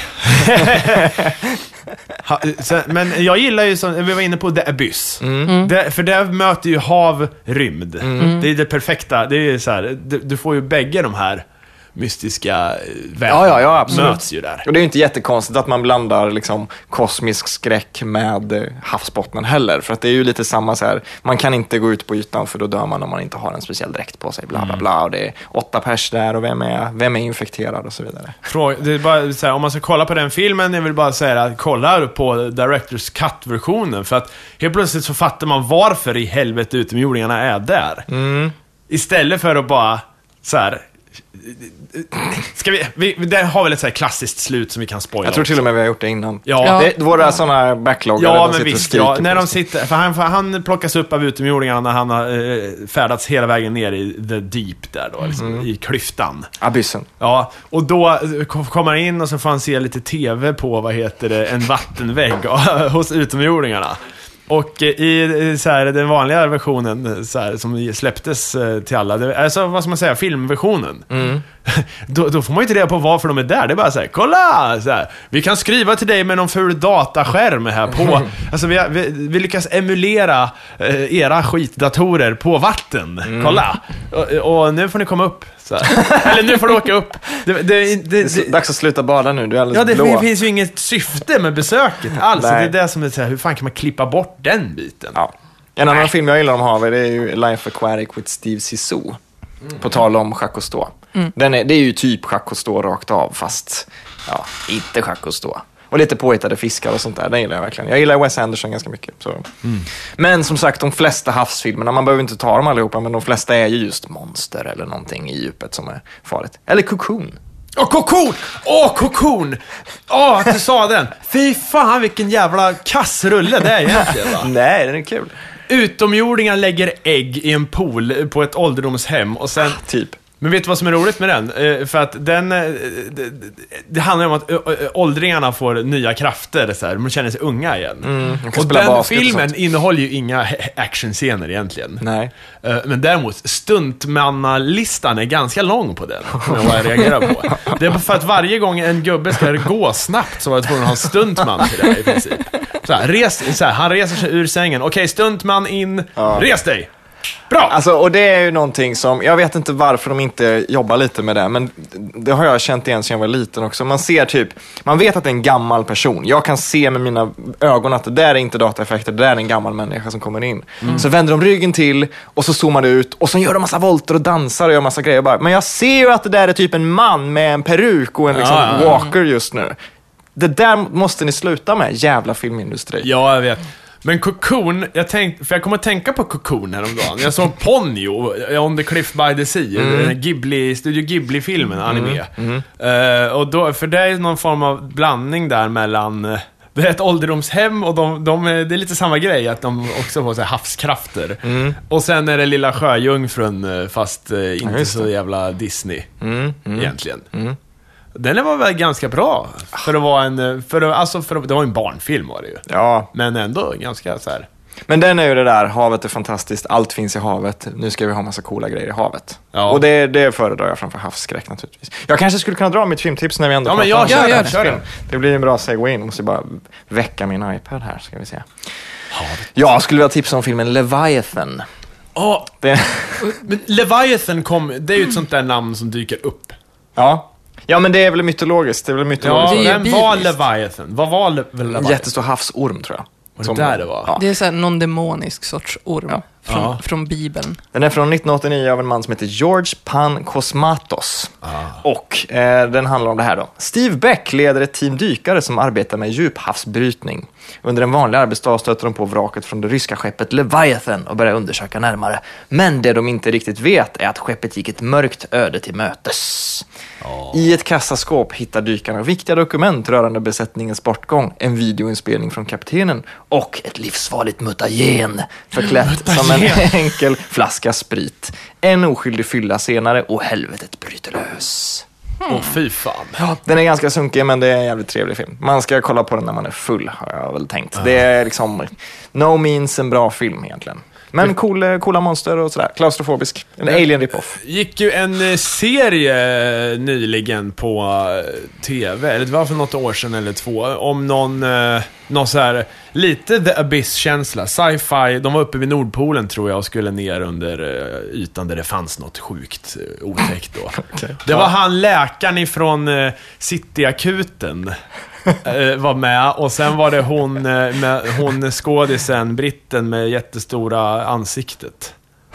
ha, så, men jag gillar ju som vi var inne på The Abyss. Mm. Det, för det möter ju hav, rymd. Mm. Det är det perfekta. Det är så här, du, du får ju bägge de här mystiska världen ja, ja, ja, möts ju där. Och det är ju inte jättekonstigt att man blandar liksom kosmisk skräck med havsbottnen heller. För att det är ju lite samma så här, man kan inte gå ut på ytan för då dör man om man inte har en speciell dräkt på sig. Bla bla bla. Och det är åtta pers där och vem är, vem är infekterad och så vidare. Fråga, det är bara så här, om man ska kolla på den filmen, jag vill bara säga att kolla på Director's Cut-versionen. För att helt plötsligt så fattar man varför i helvete utomjordingarna är där. Mm. Istället för att bara så här. Ska vi, vi, det har väl ett så här klassiskt slut som vi kan spoila. Jag tror till och med vi har gjort det innan. Ja. Ja. Det, våra ja. sådana backloggar. Ja, men visst. Ja. När de sitter, för han, för han plockas upp av utomjordingarna när han har eh, färdats hela vägen ner i the deep där då, liksom, mm. i klyftan. Abyssen. Ja, och då kommer han in och så får han se lite tv på, vad heter det, en vattenvägg hos utomjordingarna. Och i så här, den vanliga versionen så här, som släpptes till alla, det, alltså vad ska man säga, filmversionen. Mm. Då, då får man ju inte reda på varför de är där. Det är bara så här, kolla! Så här, vi kan skriva till dig med någon ful dataskärm här på. Alltså vi, vi, vi lyckas emulera eh, era skitdatorer på vatten. Mm. Kolla! Och, och nu får ni komma upp. Så här. Eller nu får du åka upp. Det, det, det, det, det är dags att sluta bada nu, du är alldeles ja, det blå. Det finns ju inget syfte med besöket alls. Det är det som är så här, hur fan kan man klippa bort den biten? Ja. En annan film jag gillar om havet, det är ju Life Aquatic with Steve Zissou. Mm. På tal om Jacques Cousteau. Mm. Den är, det är ju typ Jacques Cousteau rakt av, fast ja, inte Jacques Cousteau. Och lite påhittade fiskar och sånt där. Det gillar jag verkligen. Jag gillar Wes Anderson ganska mycket. Så. Mm. Men som sagt, de flesta havsfilmerna, man behöver inte ta dem allihopa, men de flesta är ju just monster eller någonting i djupet som är farligt. Eller Cocoon. Åh, oh, Cocoon! Åh, oh, Cocoon! Åh, oh, att du sa den. Fy fan, vilken jävla kassrulle det är egentligen, va? Nej, den är kul. Utomjordingar lägger ägg i en pool på ett ålderdomshem och sen... Typ. Men vet du vad som är roligt med den? För att den... Det, det handlar om att åldringarna får nya krafter, så här. De känner sig unga igen. Mm, och den filmen och innehåller ju inga actionscener egentligen. Nej. Men däremot, stuntmannalistan är ganska lång på den. Vad jag reagerar på. Det är för att varje gång en gubbe ska gå snabbt så var det tvungen att ha en stuntman till det i princip. Så här, res, så här, han reser sig ur sängen. Okej, stuntman in. Ja. Res dig! Bra! Alltså, och det är ju någonting som, jag vet inte varför de inte jobbar lite med det, men det har jag känt igen sedan jag var liten också. Man ser typ, man vet att det är en gammal person. Jag kan se med mina ögon att det där är inte dataeffekter, det där är en gammal människa som kommer in. Mm. Så vänder de ryggen till och så zoomar det ut och så gör de massa volter och dansar och gör massa grejer. Bara, men jag ser ju att det där är typ en man med en peruk och en liksom, ja, ja, ja. walker just nu. Det där måste ni sluta med, jävla filmindustri. Ja, jag vet. Men Cocoon, jag tänkte, för jag kommer att tänka på Cocoon häromdagen. Jag såg Ponyo, On the Cliff by the Sea, mm. den Ghibli, Studio Ghibli-filmen, anime. Mm. Mm. Uh, och då, för det är någon form av blandning där mellan... Det är ett ålderdomshem och de, de, det är lite samma grej, att de också får så här havskrafter. Mm. Och sen är det lilla sjöjungfrun, fast uh, inte ja, så jävla Disney mm. Mm. egentligen. Mm. Den var väl ganska bra för att vara en för att, alltså för att, det var en barnfilm var det ju. Ja, men ändå ganska så här. Men den är ju det där, havet är fantastiskt, allt finns i havet. Nu ska vi ha massa coola grejer i havet. Ja. Och det, det föredrar jag framför havsskräck naturligtvis. Jag kanske skulle kunna dra mitt filmtips när vi ändå ja, men jag pratar om om det. Det. Det blir en bra segway in. Måste bara väcka min iPad här, ska vi se. Havet. Jag skulle vilja tipsa om filmen Leviathan. Ja, det... men Leviathan kom, det är ju ett sånt där namn som dyker upp. Ja. Ja, men det är väl mytologiskt. Det är väl mytologiskt. Ja, vem var Leviathan? Vad var Le- Leviathan? Jättestor havsorm, tror jag. Och det där det var? Ja. Det är så här någon demonisk sorts orm ja. Från, ja. från Bibeln. Den är från nittonhundraåttionio av en man som heter George Pankosmatos. Ah. Och eh, den handlar om det här då. Steve Beck leder ett team dykare som arbetar med djuphavsbrytning. Under en vanlig arbetsdag stöter de på vraket från det ryska skeppet Leviathan och börjar undersöka närmare. Men det de inte riktigt vet är att skeppet gick ett mörkt öde till mötes. Oh. I ett kassaskåp hittar dykarna viktiga dokument rörande besättningens bortgång, en videoinspelning från kaptenen och ett livsfarligt mutagen förklätt mutagen. Som en enkel flaska sprit. En oskyldig fylla senare och helvetet bryter lös. Åh, mm. oh, fy fan. Ja, den är ganska sunkig, men det är en jävligt trevlig film. Man ska kolla på den när man är full, har jag väl tänkt. Uh. Det är liksom no means en bra film egentligen. Men cool, coola monster och sådär. Klaustrofobisk. En alien rip-off. Gick ju en serie nyligen på tv, eller det var för något år sedan eller två, om någon, någon så här, lite The Abyss-känsla. Sci-fi, de var uppe vid Nordpolen tror jag och skulle ner under ytan där det fanns något sjukt otäckt då. Okay. Det var han läkaren ifrån Cityakuten var med, och sen var det hon med, hon skådisen britten med jättestora ansiktet.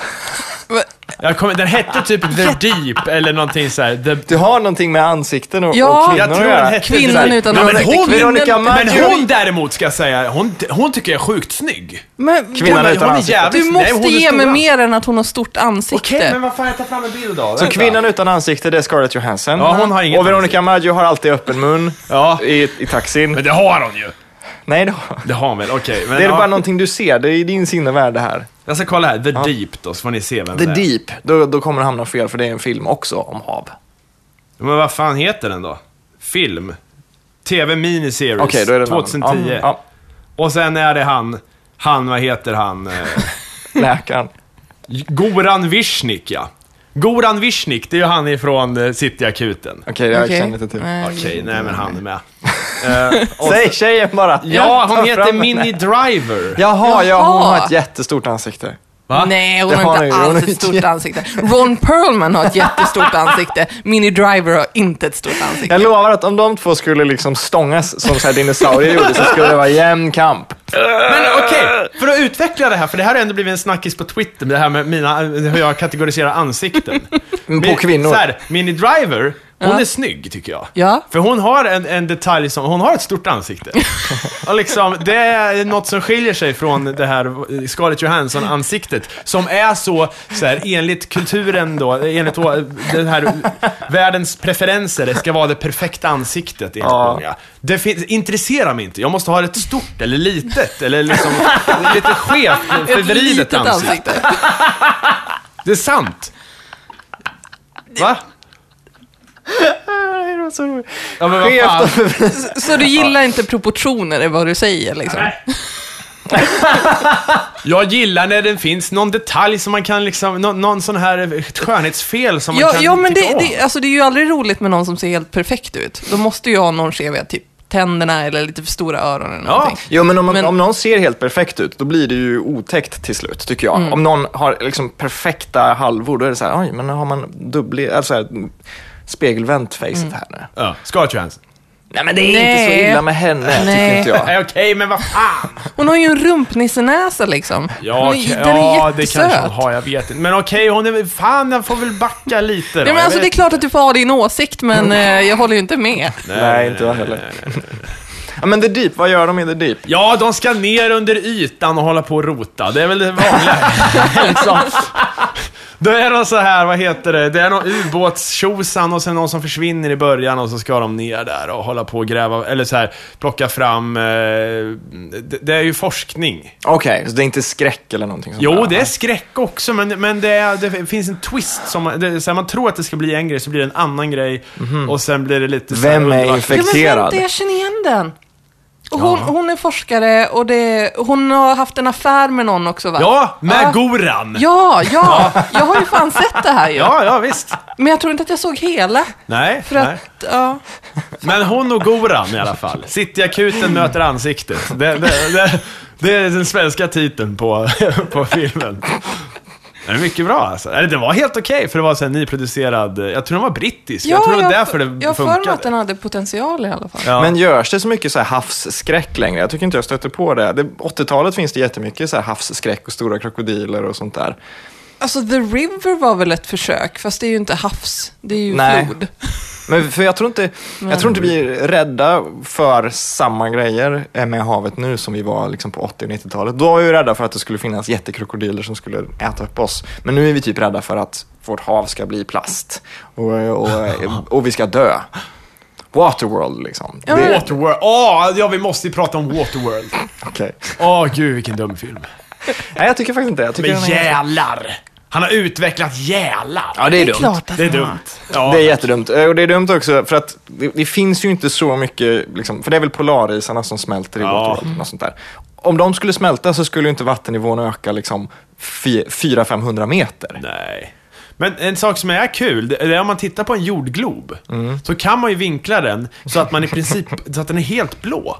Jag kommer, den hette typ The Deep eller någonting så här. The... Du har någonting med ansikten och, ja, och kvinnor. Jag tror den hette kvinnan utan ja, men hon, Veronica men hon däremot ska jag säga, hon, hon tycker jag är sjukt snygg. Men kvinnan utan ansikte. Du måste nej, ge mig mer än att hon har stort ansikte. Okej, men vad fan, jag tar fram en bild av. Så kvinnan utan ansikte, det är Scarlett Johansson. Ja, hon har ingen och Veronica Maggio har alltid öppen mun ja. i, i taxin. Men det har hon ju. Nej, det har, det har hon väl, okej. Okay, det är ja. bara någonting du ser, det är din sinnevärld det här. Jag ska kolla här, The ja. Deep då, så får ni se vem The det är. The Deep, då, då kommer det hamna fel, för det är en film också om hav. Men vad fan heter den då? Film. T V miniseries. Okay, då är det tjugohundratio. Ja, ja. Och sen är det han, han, vad heter han? Läkaren. Goran Vishnik, ja. Goran Vishnik, det är ju han ifrån Cityakuten. Okej, okay, jag okay. känner inte till. Okej, okay, nej men han är med. Uh, Säg tjejen bara. Ja, hon heter Minnie Driver. Jaha, ja, hon har ett jättestort ansikte. Va? Nej, hon har inte alls ett stort ansikte. Ron Perlman har ett jättestort ansikte. Minnie Driver har inte ett stort ansikte. Jag lovar att om de två skulle liksom stångas som så här dinosaurier gjorde, så skulle det vara jämn kamp. Men okej, okay, för att utveckla det här, för det här har ändå blivit en snackis på Twitter, det här med mina, hur jag kategoriserar ansikten. På kvinnor. Så här, Minnie Driver, Hon Ja. är snygg, tycker jag. Ja. För hon har en, en detalj som, hon har ett stort ansikte. Och liksom, det är något som skiljer sig från det här Scarlett Johansson-ansiktet, som är så, så här, enligt kulturen då, enligt den här världens preferenser, det ska vara det perfekta ansiktet enligt Ja. många. Det finns, intresserar mig inte. Jag måste ha ett stort eller litet, eller liksom lite skevt, Ett förvridet litet ansikte. ansikte. Det är sant. Va? Ja, men vad fan. Så, så du gillar inte proportioner i vad du säger liksom? Jag gillar när det finns någon detalj som man kan liksom, någon, någon sån här skönhetsfel som man Ja, kan ja men tycka det, om. det, alltså, det är ju aldrig roligt med någon som ser helt perfekt ut. Då måste ju ha någon skevhet, typ tänderna eller lite för stora öron eller Ja. någonting. Jo, men om, man, Men- om någon ser helt perfekt ut, då blir det ju otäckt till slut, tycker jag. Om någon har liksom perfekta halvor, då är det så här, oj, men har man dubbel, alltså här, spegelvänt facet här nu. Ja, Scarlett Johansson. Nej, men det är Nej. inte så illa med henne, tycker Nej. inte jag. Nej, okej, men vad fan. Hon har ju en rumpnissenäsa liksom. Ja, Hon är, okej, den är ja det jättesöt. kanske hon har, jag vet inte. Men okej, hon är, fan, jag får väl backa lite då. Ja, men Jag alltså, vet- det är klart att du får ha din åsikt, men eh, jag håller ju inte med. Nej, inte jag heller. Ja, men The Deep, vad gör de i The Deep? Ja, de ska ner under ytan och hålla på och rota. Det är väl det vanliga. liksom. Då är de så här, vad heter det? Det är någon ubåtstjosan och sen någon som försvinner i början och så ska de ner där och hålla på och gräva, eller så här, plocka fram... Eh, det, det är ju forskning. Okej, så det är inte skräck eller någonting sånt Jo, där, det är va? skräck också, men, men det, är, det finns en twist som... Det, så här, man tror att det ska bli en grej, så blir det en annan grej. Och sen blir det lite... så här Vem är undervakt- Ja, men infekterad? vänta, jag känner igen den. Och hon, hon är forskare och det, hon har haft en affär med någon också, va? Ja, med Ja. Goran. Ja, ja, jag har ju fan sett det här ju. Ja, ja, visst. Men jag tror inte att jag såg hela. Nej, För nej. att, ja. Men hon och Goran i alla fall. Sitt i akuten, möter ansiktet. Det, det, det, det är den svenska titeln på, på filmen. Det är mycket bra alltså. Eller, det var helt okej för det var så här nyproducerad. Jag tror den var brittisk. jag tror det var därför det jag har för mig funkade. att den hade potential i alla fall. Ja. Men görs det så mycket så här havsskräck längre? Jag tycker inte jag stöter på det. det åttiotalet finns det jättemycket så här havsskräck och stora krokodiler och sånt där. Alltså, The River var väl ett försök, fast det är ju inte havs. Det är ju Nej. flod. Men för jag tror inte, jag tror inte vi är rädda för samma grejer med havet nu som vi var liksom på åttio- och nittiotalet. Då var vi ju rädda för att det skulle finnas jättekrokodiler som skulle äta upp oss. Men nu är vi typ rädda för att vårt hav ska bli plast och, och, och vi ska dö. Waterworld liksom. Ja, Det- men- Waterworld. Åh, ja, vi måste ju prata om Waterworld. Okej. Åh, gud vilken dum film. Nej, jag tycker faktiskt inte. Jag tycker Men den är- jävlar. Han har utvecklat jälar. Ja, det är Det är dumt. klart att Det är den har. dumt. Ja. Det är jättedumt. Eh, Och det är dumt också för att det, det finns ju inte så mycket, liksom, för det är väl polarisarna som smälter i Ja. Waterworld och sånt där. Om de skulle smälta så skulle ju inte vattennivån öka liksom fyra till femhundra meter. Nej. Men en sak som är kul, det är om man tittar på en jordglob, så kan man ju vinkla den så att man i princip, så att den är helt blå.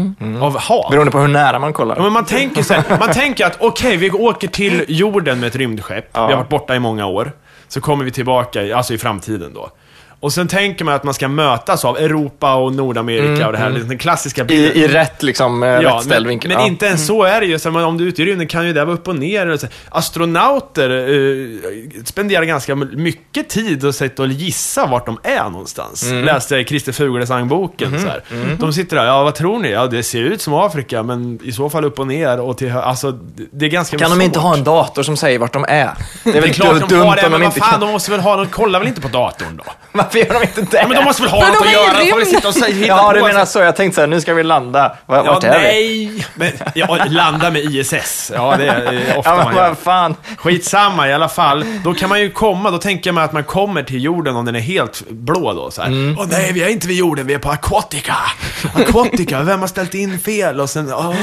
Av hav. Beroende på hur nära man kollar. Ja, men man tänker så här, man tänker att okej, vi åker till jorden med ett rymdskepp. Ja. Vi har varit borta i många år. Så kommer vi tillbaka, i- alltså i framtiden då. Och sen tänker man att man ska mötas av Europa och Nordamerika och det här, den klassiska bilden. I, I rätt, liksom, ja, rätt ställd men, vinkel. men Ja. inte ens så är det ju. Så här, om du är ute i rymden kan ju det vara upp och ner. Och så. Astronauter eh, spenderar ganska mycket tid och sätta och gissa vart de är någonstans. Läste jag i Christer Fuglesang-boken. Så här. De sitter där, ja vad tror ni? Ja, det ser ut som Afrika, men i så fall upp och ner. Och till, hö- alltså, det är ganska Kan de svårt. inte ha en dator som säger vart de är? Det är Det väl är klart de dumt har det, om men de vad inte fan, kan... de måste väl ha, de kollar väl inte på datorn då? Varför gör de inte det? Ja, men de måste väl ha För något de att är i göra, de får väl rymden. sitta och säga, hitta Ja, på du så- menar så. Jag tänkte så här, nu ska vi landa. Var, Ja, vart är vi? nej! Men, ja, landa med I S S. Ja, det är ofta Ja, man men gör. vad fan. Skitsamma i alla fall. Då kan man ju komma, då tänker man att man kommer till jorden om den är helt blå då. Så här. Mm. Åh nej, vi är inte vid jorden, vi är på Aquatica. Aquatica, vem har ställt in fel? Och sen, åh.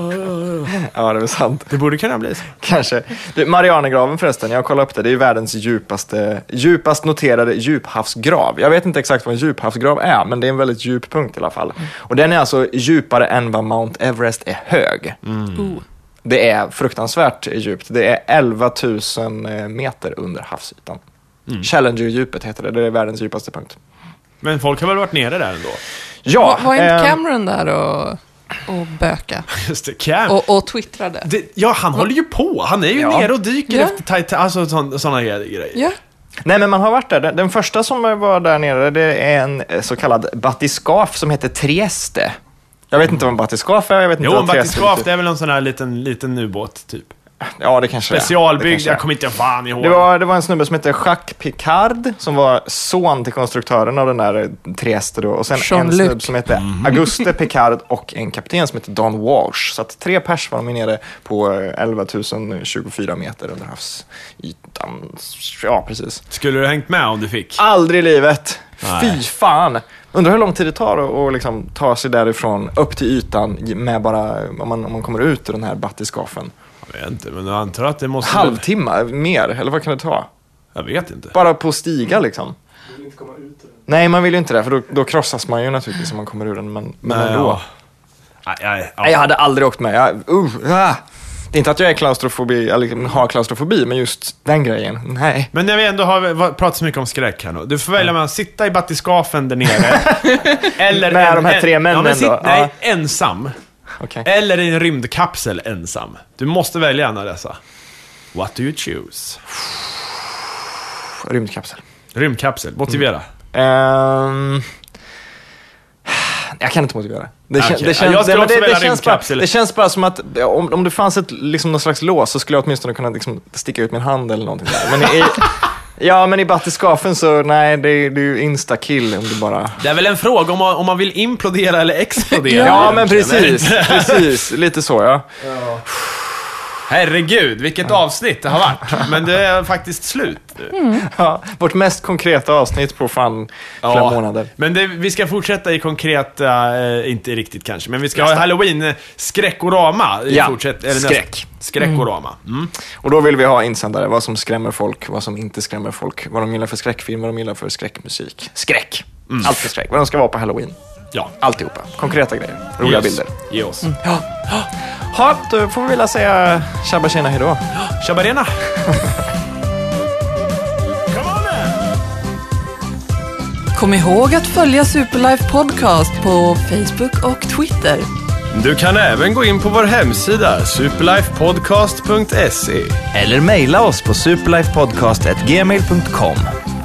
Ja, det är sant. Det borde kunna bli så. Kanske. Du, Marianergraven förresten, jag kollade upp det. Det är ju världens djupaste, djupast noterade djuphavsgrav. Jag vet inte exakt vad en djuphavsgrav är, men det är en väldigt djup punkt i alla fall. Och den är alltså djupare än vad Mount Everest är hög. Oh. Det är fruktansvärt djupt. Det är elva tusen meter under havsytan. Challenger-djupet heter det. Det är världens djupaste punkt. Men folk har väl varit nere där ändå? Ja, Var inte eh, Cameron där och, och böka? Just det, Cam. Och, och twittrade? Det, ja, han håller ju på. Han är ju Ja. nere och dyker Ja. efter Titan, alltså sådana grejer. Ja. Nej, men man har varit där. Den, den första som var där nere, det är en så kallad batiscaf som heter Trieste. Jag vet inte vad en batiscaf är, jag vet inte Jo, vad en Trieste batiscaf, typ. det är väl en sån här liten, liten ubåt, typ. Ja, det kanske Specialbyggd, är. jag kommer inte fan ihåg. Det var, det var en snubbe som hette Jacques Picard som var son till konstruktören av den där Trieste då. Och sen Jean-Luc. en snubbe som hette Auguste Picard och en kapten som hette Don Walsh. Så att tre pers var de nere på elva tusen tjugofyra meter under havsytan. Ja, precis. Skulle du hängt med om du fick? Aldrig i livet. Nej. Fy fan. Undrar hur lång tid det tar att och liksom ta sig därifrån upp till ytan med bara, om man, om man kommer ut ur den här batiscafen. Jag vet inte, men jag antar att det måste... Halvtimme, mer, eller vad kan det ta? Jag vet inte. Bara på stiga liksom. Du vill inte komma ut ur den. Nej, man vill ju inte det, för då, då krossas man ju naturligtvis om man kommer ur den, men, men Nej, ändå. ja. Nej, nej, ja. Nej, jag hade aldrig åkt med. Jag, uh, ah. Det är inte att jag är klaustrofobi, eller har klaustrofobi, men just den grejen, nej. Men när vi ändå har va- pratat så mycket om skräck här nu. Du får välja mellan att sitta i batiscafen där nere. eller Med en, de här tre männen ja, men sitt, då? Nej, Ja. ensam. Okej. Eller i en rymdkapsel ensam. Du måste välja en av dessa. What do you choose? Rymdkapsel. Rymdkapsel, motivera. Ehm, jag kan inte motivera. Det, kän, Okej. det, känns, Jag skulle det, men också det, det, välja känns bara, rymdkapsel. det känns bara som att om, om det fanns ett, liksom någon slags lås så skulle jag åtminstone kunna liksom sticka ut min hand eller någonting där. Men i, ja, men i batiscafen så nej, det, är- det är ju insta-kill om du bara... Det är väl en fråga om man, om man vill implodera eller explodera. Ja, men egentligen. precis. Precis, lite så ja. Herregud, vilket avsnitt det har varit. Men det är faktiskt slut. ja. Vårt mest konkreta avsnitt på fan flera månader. Men det, vi ska fortsätta i konkreta, eh, inte riktigt kanske, men vi ska ha Halloween-skräckorama. i Ja, fortsätt- eller nästa- skräck. Skräckorama. Mm. Och då vill vi ha insändare, vad som skrämmer folk, vad som inte skrämmer folk, vad de gillar för skräckfilm, vad de gillar för skräckmusik. Skräck! Allt för skräck. Vad de ska vara på Halloween. Ja, Alltihopa. Konkreta grejer. Roliga Ge oss. bilder. Ge oss. Ja. Ha, då får vi vilja säga tjabba tjena hejdå. Shabarena. Kom ihåg att följa Superlife Podcast på Facebook och Twitter. Du kan även gå in på vår hemsida superlifepodcast punkt se. Eller mejla oss på superlifepodcast at gmail punkt com.